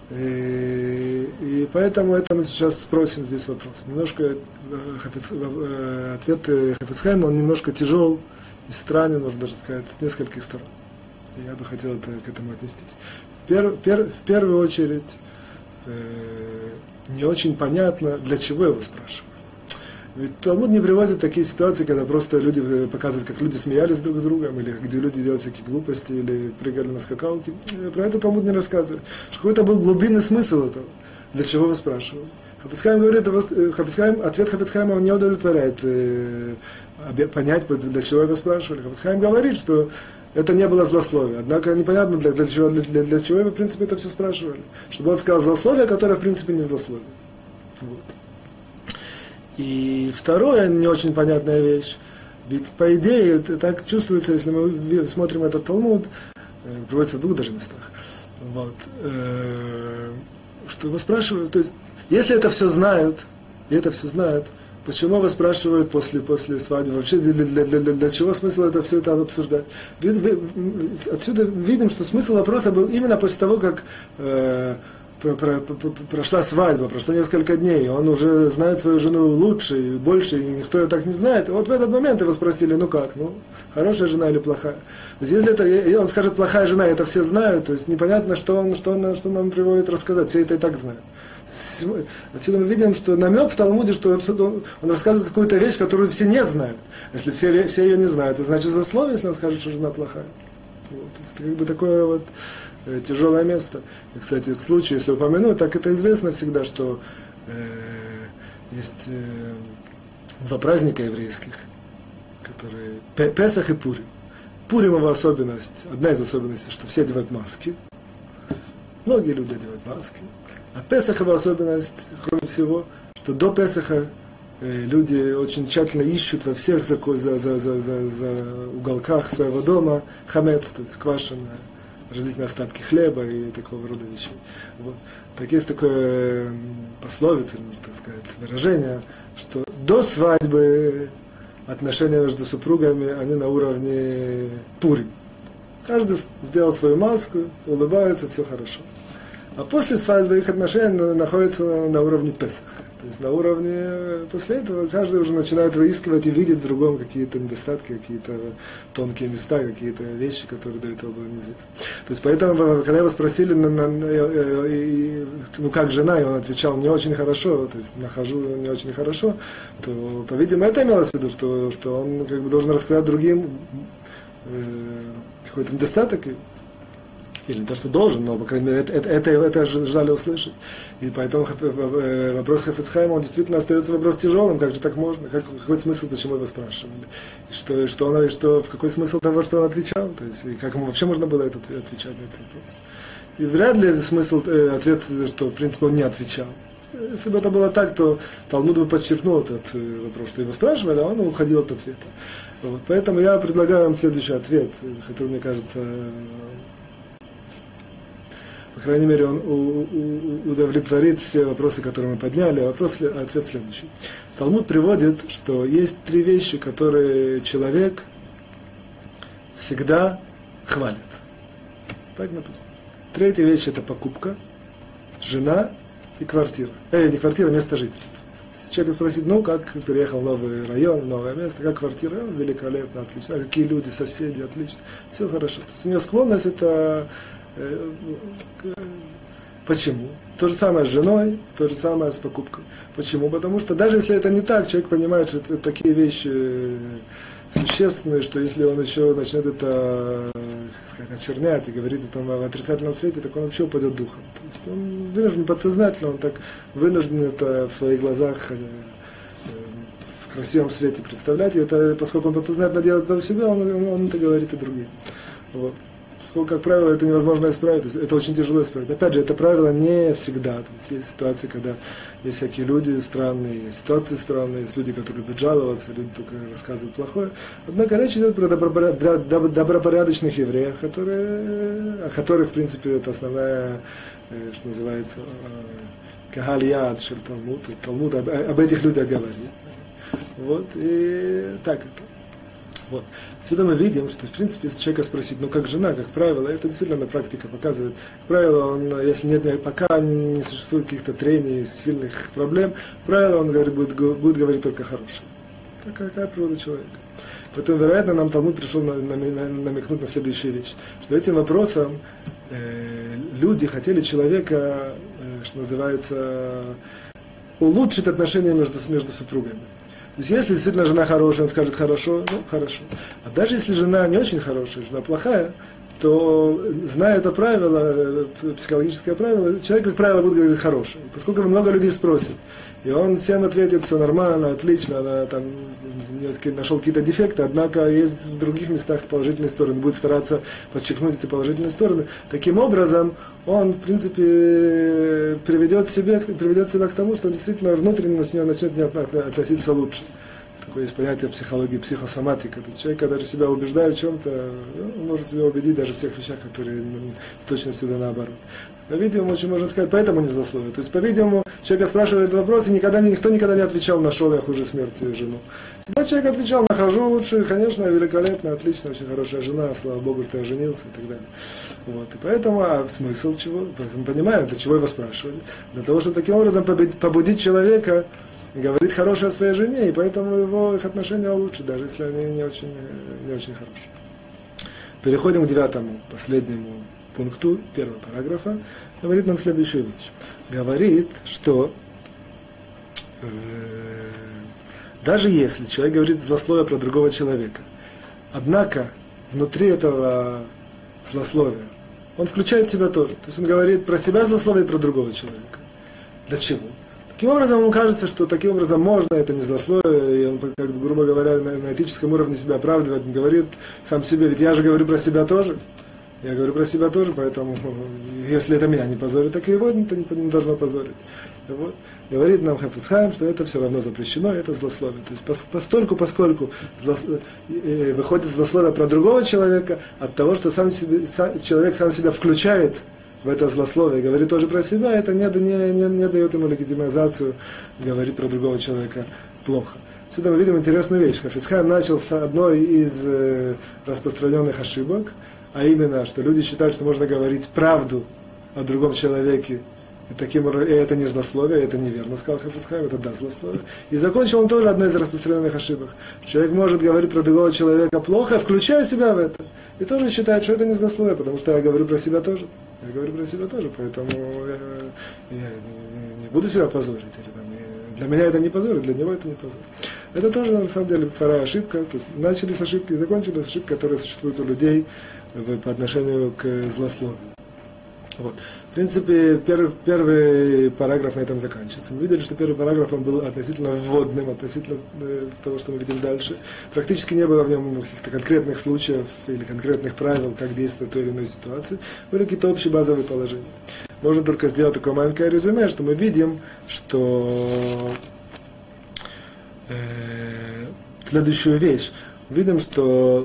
И, и поэтому это мы сейчас спросим здесь вопрос. Немножко э, Хафец, э, ответ Хафец Хаима, он немножко тяжел и странен, можно даже сказать, с нескольких сторон. И я бы хотел это, к этому отнестись. В, пер, пер, в первую очередь, э, не очень понятно, для чего его спрашивают. Ведь Талмуд не приводит такие ситуации, когда просто люди показывают, как люди смеялись друг с другом, или где люди делают всякие глупости, или прыгали на скакалке. Про это Талмуд не рассказывает. Что какой-то был глубинный смысл этого. Для чего вы спрашивали? Хафец Хаим говорит, Хафец Хаим, ответ Хафец Хаима он не удовлетворяет э, понять, для чего его спрашивали. Хафец Хаим говорит, что это не было злословие. Однако непонятно, для, для, чего, для, для чего его, в принципе, это все спрашивали. Чтобы он сказал злословие, которое, в принципе, не злословие. Вот. И второе, не очень понятная вещь, ведь по идее это так чувствуется, если мы смотрим этот Талмуд, э, приводится в двух даже местах, вот, э, что его спрашивают, то есть, если это все знают, и это все знают, почему его спрашивают после, после свадьбы, вообще для, для, для, для, для чего смысл это все это обсуждать? Отсюда видим, что смысл вопроса был именно после того, как э, Про, про, про, прошла свадьба, прошло несколько дней, он уже знает свою жену лучше и больше, и никто ее так не знает. И вот в этот момент его спросили, ну как, ну, хорошая жена или плохая? То есть, если это, он скажет, плохая жена, это все знают, то есть непонятно, что он, что он, что нам приводит рассказать, все это и так знают. Отсюда мы видим, что намек в Талмуде, что он, он рассказывает какую-то вещь, которую все не знают. Если все, все ее не знают, это значит злословие, если он скажет, что жена плохая. Вот, то есть, это как бы такое вот тяжелое место. И, кстати, к случаю, если упомяну, так это известно всегда, что э, есть э, два праздника еврейских, которые Песах и Пурим. Пурим его особенность, одна из особенностей, что все одевают маски. Многие люди одевают маски. А Песах его особенность, кроме всего, что до Песаха э, люди очень тщательно ищут во всех за, за, за, за, за уголках своего дома хамец, то есть квашеное, различные остатки хлеба и такого рода вещей. Вот. Так есть такое пословица, можно так сказать, выражение, что до свадьбы отношения между супругами, они на уровне Пурим. Каждый сделал свою маску, улыбается, все хорошо. А после свадьбы их отношения находятся на уровне Песах. То есть на уровне, после этого каждый уже начинает выискивать и видеть в другом какие-то недостатки, какие-то тонкие места, какие-то вещи, которые до этого были неизвестны. То есть поэтому, когда его спросили, на, на, на, и, ну как жена, и он отвечал не очень хорошо, то есть нахожу не очень хорошо, то, по-видимому, это имелось в виду, что, что он как бы должен рассказать другим э, какой-то недостаток, или не то, что должен, но, по крайней мере, это, это, это, это ждали услышать. И поэтому вопрос Хафец Хаима, он действительно остается вопрос тяжелым, как же так можно, как, какой смысл, почему его спрашивали, и что, что он, и что, в какой смысл того, что он отвечал, то есть, и как ему вообще можно было это, отвечать на этот вопрос. И вряд ли смысл, ответ, что, в принципе, он не отвечал. Если бы это было так, то Талмуд бы подчеркнул этот вопрос, что его спрашивали, а он уходил от ответа. Вот. Поэтому я предлагаю вам следующий ответ, который, мне кажется, по крайней мере, он у, у, удовлетворит все вопросы, которые мы подняли. Вопрос, ответ следующий. Талмуд приводит, что есть три вещи, которые человек всегда хвалит. Так написано. Третья вещь – это покупка, жена и квартира. Э, не квартира, а место жительства. Если человек спросит, ну, как переехал в новый район, в новое место, как квартира, великолепно, отлично. А какие люди, соседи, отлично. Все хорошо. То есть у него склонность – это... Почему? То же самое с женой, то же самое с покупкой. Почему? Потому что даже если это не так, человек понимает, что это такие вещи существенные, что если он еще начнет это, как сказать, очернять и говорит это в отрицательном свете, так он вообще упадет духом. То есть он вынужден подсознательно, он так вынужден это в своих глазах в красивом свете представлять, и это, поскольку он подсознательно делает это у себя, он, он, он это говорит и другим. Вот. Поскольку, как правило, это невозможно исправить, то есть это очень тяжело исправить. Опять же, это правило не всегда. То есть, есть ситуации, когда есть всякие люди странные, есть ситуации странные, есть люди, которые любят жаловаться, люди только рассказывают плохое. Однако речь идет про добропорядочных евреев, которые, о которых, в принципе, это основная, что называется, кагаль-яд, шель Талмуд. Талмуд об, об этих людях говорит. Вот, и так это. Вот. Отсюда мы видим, что, в принципе, если человека спросить, ну, как жена, как правило, это действительно практика показывает. Как правило, он, если нет, пока не, не существует каких-то трений, сильных проблем, правило, он говорит, будет, будет говорить только хорошее. Такая, какая природа человека. Поэтому, вероятно, нам Талмуд пришел на, на, на, намекнуть на следующую вещь, что этим вопросом э, люди хотели человека, э, что называется, улучшить отношения между, между супругами. То есть, если действительно жена хорошая, он скажет хорошо, ну, хорошо. А даже если жена не очень хорошая, жена плохая, то, зная это правило, психологическое правило, человек, как правило, будет говорить хорошее. Поскольку много людей спросят, и он всем ответит, все нормально, отлично, она там нашел какие-то дефекты, однако есть в других местах положительные стороны, будет стараться подчеркнуть эти положительные стороны. Таким образом, он, в принципе, приведет, себе, приведет себя к тому, что действительно внутренне с нее начнет относиться лучше. Такое есть понятие в психологии, психосоматика. То есть человек, когда себя убеждает в чем-то, он может себя убедить даже в тех вещах, которые точно всегда наоборот. По-видимому, очень можно сказать, поэтому не злословие. То есть, по-видимому, человека спрашивали этот вопрос, и никогда, никто никогда не отвечал, нашел я хуже смерти жену. Всегда человек отвечал, нахожу лучше, конечно, великолепно, отлично, очень хорошая жена, слава Богу, что я женился и так далее. Вот. И поэтому, а смысл чего? Мы понимаем, для чего его спрашивали. Для того, чтобы таким образом побудить человека говорить хорошее о своей жене, и поэтому его их отношения улучшат, даже если они не очень, не очень хорошие. Переходим к девятому, последнему пункту первого параграфа. Говорит нам следующую вещь. Говорит, что э, даже если человек говорит злословие про другого человека, однако внутри этого злословия он включает себя тоже. То есть он говорит про себя злословие и про другого человека. Для чего? Таким образом, ему кажется, что таким образом можно, это не злословие, и он, как бы, грубо говоря, на, на этическом уровне себя оправдывает, он говорит сам себе, ведь я же говорю про себя тоже, я говорю про себя тоже, поэтому, если это меня не позорит, так и его это не, не должно позорить. Вот. Говорит нам Хафец Хаим, что это все равно запрещено, это злословие. То есть, постольку, поскольку злос, э, выходит злословие про другого человека, от того, что сам себе, сам, человек сам себя включает в это злословие, говорит тоже про себя, это не, не, не, не дает ему легитимизацию говорить про другого человека плохо. Сюда мы видим интересную вещь. Хафец Хаим начал с одной из э, распространенных ошибок, а именно, что люди считают, что можно говорить правду о другом человеке, и, таким, и это не злословие, это неверно, сказал Хафец Хаим, это да, злословие. И закончил он тоже одной из распространенных ошибок. Человек может говорить про другого человека плохо, включая себя в это, и тоже считает, что это не злословие, потому что я говорю про себя тоже. Я говорю про себя тоже, поэтому я, я не, не буду себя позорить. Или, там, я, для меня это не позор, для него это не позор. Это тоже, на самом деле, вторая ошибка. То есть начали с ошибки и закончили с ошибкой, которая существует у людей по отношению к злословию. Вот. В принципе, первый, первый параграф на этом заканчивается. Мы видели, что первый параграф он был относительно вводным, относительно э, того, что мы видим дальше. Практически не было в нем каких-то конкретных случаев или конкретных правил, как действовать в той или иной ситуации. Были какие-то общие базовые положения. Можно только сделать такое маленькое резюме, что мы видим, что э, следующую вещь. Видим, что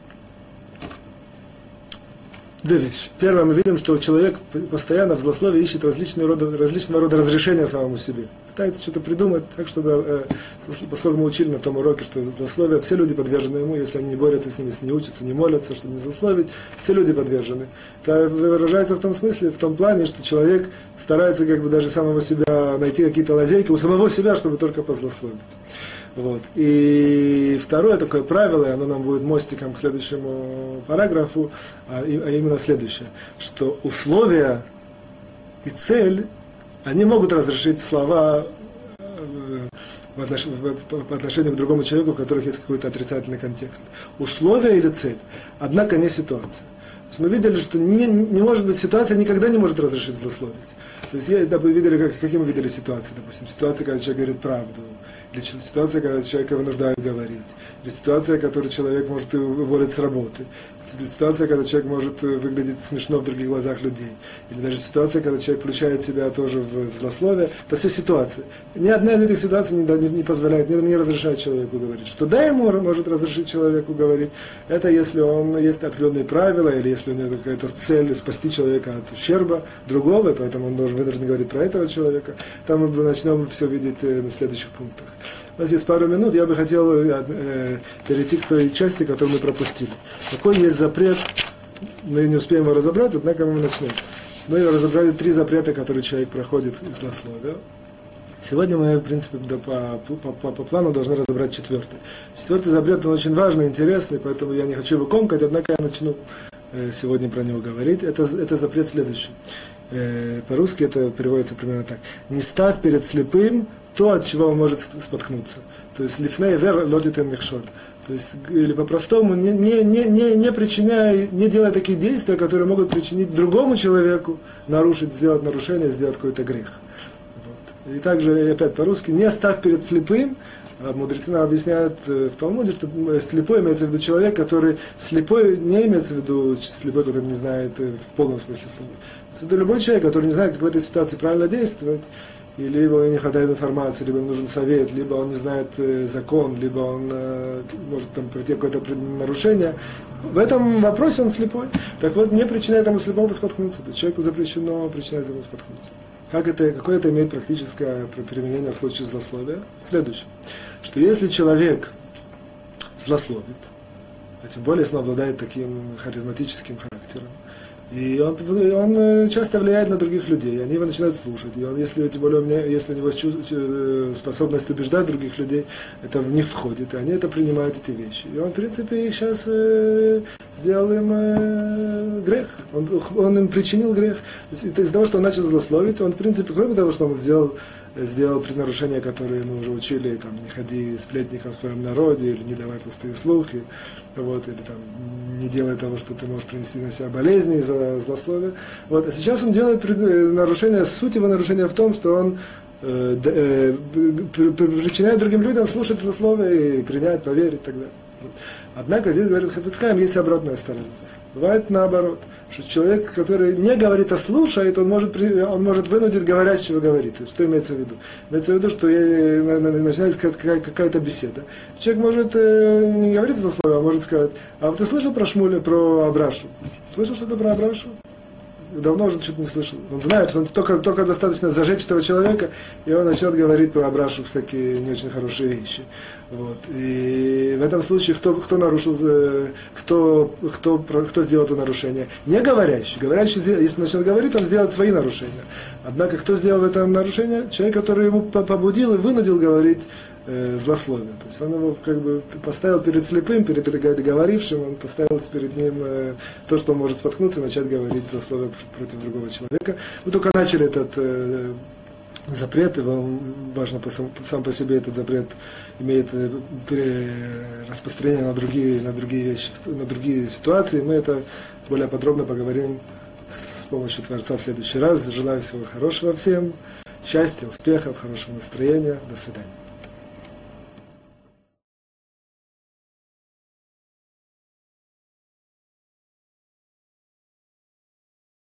две вещи. Первое, мы видим, что человек постоянно в злословии ищет различного рода, различного рода разрешения самому себе. Пытается что-то придумать, так, чтобы, э, поскольку мы учили на том уроке, что злословие, все люди подвержены ему, если они не борются с ними, если не учатся, не молятся, чтобы не злословить, все люди подвержены. Это выражается в том смысле, в том плане, что человек старается как бы даже самого себя найти какие-то лазейки у самого себя, чтобы только позлословить. Вот. И второе такое правило, и оно нам будет мостиком к следующему параграфу, а именно следующее, что условия и цель, они могут разрешить слова по отношению к другому человеку, у которых есть какой-то отрицательный контекст. Условия или цель, однако не ситуация. То есть мы видели, что не, не может быть ситуация, никогда не может разрешить злословить. То есть я, да, мы видели, как, какие мы видели ситуации, допустим, ситуация, когда человек говорит правду, или ситуация, когда человека вынуждают говорить, или ситуация, когда человек может уволить с работы, или ситуация, когда человек может выглядеть смешно в других глазах людей, или даже ситуация, когда человек включает себя тоже в, в злословие. Это все ситуации. Ни одна из этих ситуаций не, не, не позволяет, не, не разрешает человеку говорить. Что да, ему может разрешить человеку говорить, это если он есть определенные правила, или если у него какая-то цель спасти человека от ущерба другого, и поэтому он должен, вынужден говорить про этого человека. Там мы начнем все видеть на следующих пунктах. У нас есть пару минут, я бы хотел э, перейти к той части, которую мы пропустили. Какой есть запрет, мы не успеем его разобрать, однако мы начнем. Мы разобрали три запрета, которые человек проходит из злословия. Сегодня мы, в принципе, по, по, по, по плану должны разобрать четвертый. Четвертый запрет, он очень важный, интересный, поэтому я не хочу его комкать, однако я начну э, сегодня про него говорить. Это, это запрет следующий. Э, по-русски это переводится примерно так. Не ставь перед слепым то, от чего он может споткнуться. То есть лифней вер лотитем михшоль. То есть, или по-простому, не, не, не, не, не причиняй, не делай такие действия, которые могут причинить другому человеку, нарушить, сделать нарушение, сделать какой-то грех. Вот. И также, опять по-русски, не ставь перед слепым. Мудрецы нам объясняют в Талмуде, что слепой имеется в виду человек, который слепой не имеется в виду слепой, который не знает в полном смысле слова. Имеется в виду любой человек, который не знает, как в этой ситуации правильно действовать, и либо ему не хватает информации, либо ему нужен совет, либо он не знает э, закон, либо он э, может там прийти какое-то нарушение. В этом вопросе он слепой. Так вот, не причиняет ему слепому споткнуться. То есть человеку запрещено причинять ему споткнуться. Как это, какое это имеет практическое применение в случае злословия? Следующее. Что если человек злословит, а тем более, если он обладает таким харизматическим характером, и он, он часто влияет на других людей, они его начинают слушать. И он, если, тем более, у меня, если у него способность убеждать других людей, это в них входит, и они это принимают, эти вещи. И он, в принципе, их сейчас э, сделал им э, грех. Он, он им причинил грех. То есть, из-за того, что он начал злословить, он, в принципе, кроме того, что он сделал, сделал преднарушения, которые мы уже учили, там, не ходи сплетником в своем народе, или не давай пустые слухи, вот, или там, не делай того, что ты можешь принести на себя болезни из-за злословия. Вот. А сейчас он делает нарушение, суть его нарушения в том, что он э, э, причиняет другим людям слушать злословие и принять, поверить и так далее. Вот. Однако здесь, говорит Хафец Хаим, есть обратная сторона. Бывает наоборот, что человек, который не говорит, а слушает, он может, он может вынудить говорящего говорить. То есть, что имеется в виду? Имеется в виду, что начинается какая-то беседа. Человек может не говорить злословие, а может сказать: а вот ты слышал про Шмуля, про Абрашу? Слышал что-то про Абрашу? Давно уже что-то не слышал. Он знает, что он только, только достаточно зажечь этого человека, и он начнет говорить про Абрашу всякие не очень хорошие вещи. Вот. И в этом случае кто, кто нарушил, кто, кто, кто сделал это нарушение? Не говорящий. Говорящий, если начнет говорить, он сделает свои нарушения. Однако кто сделал это нарушение? Человек, который ему побудил и вынудил говорить э, злословие. То есть он его как бы поставил перед слепым, перед говорившим, он поставил перед ним э, то, что он может споткнуться и начать говорить злословие против другого человека. Мы только начали этот э, запрет, его важно сам по себе этот запрет имеет распространение на другие, на другие вещи, на другие ситуации. Мы это более подробно поговорим с помощью Творца в следующий раз. Желаю всего хорошего всем, счастья, успехов, хорошего настроения. До свидания.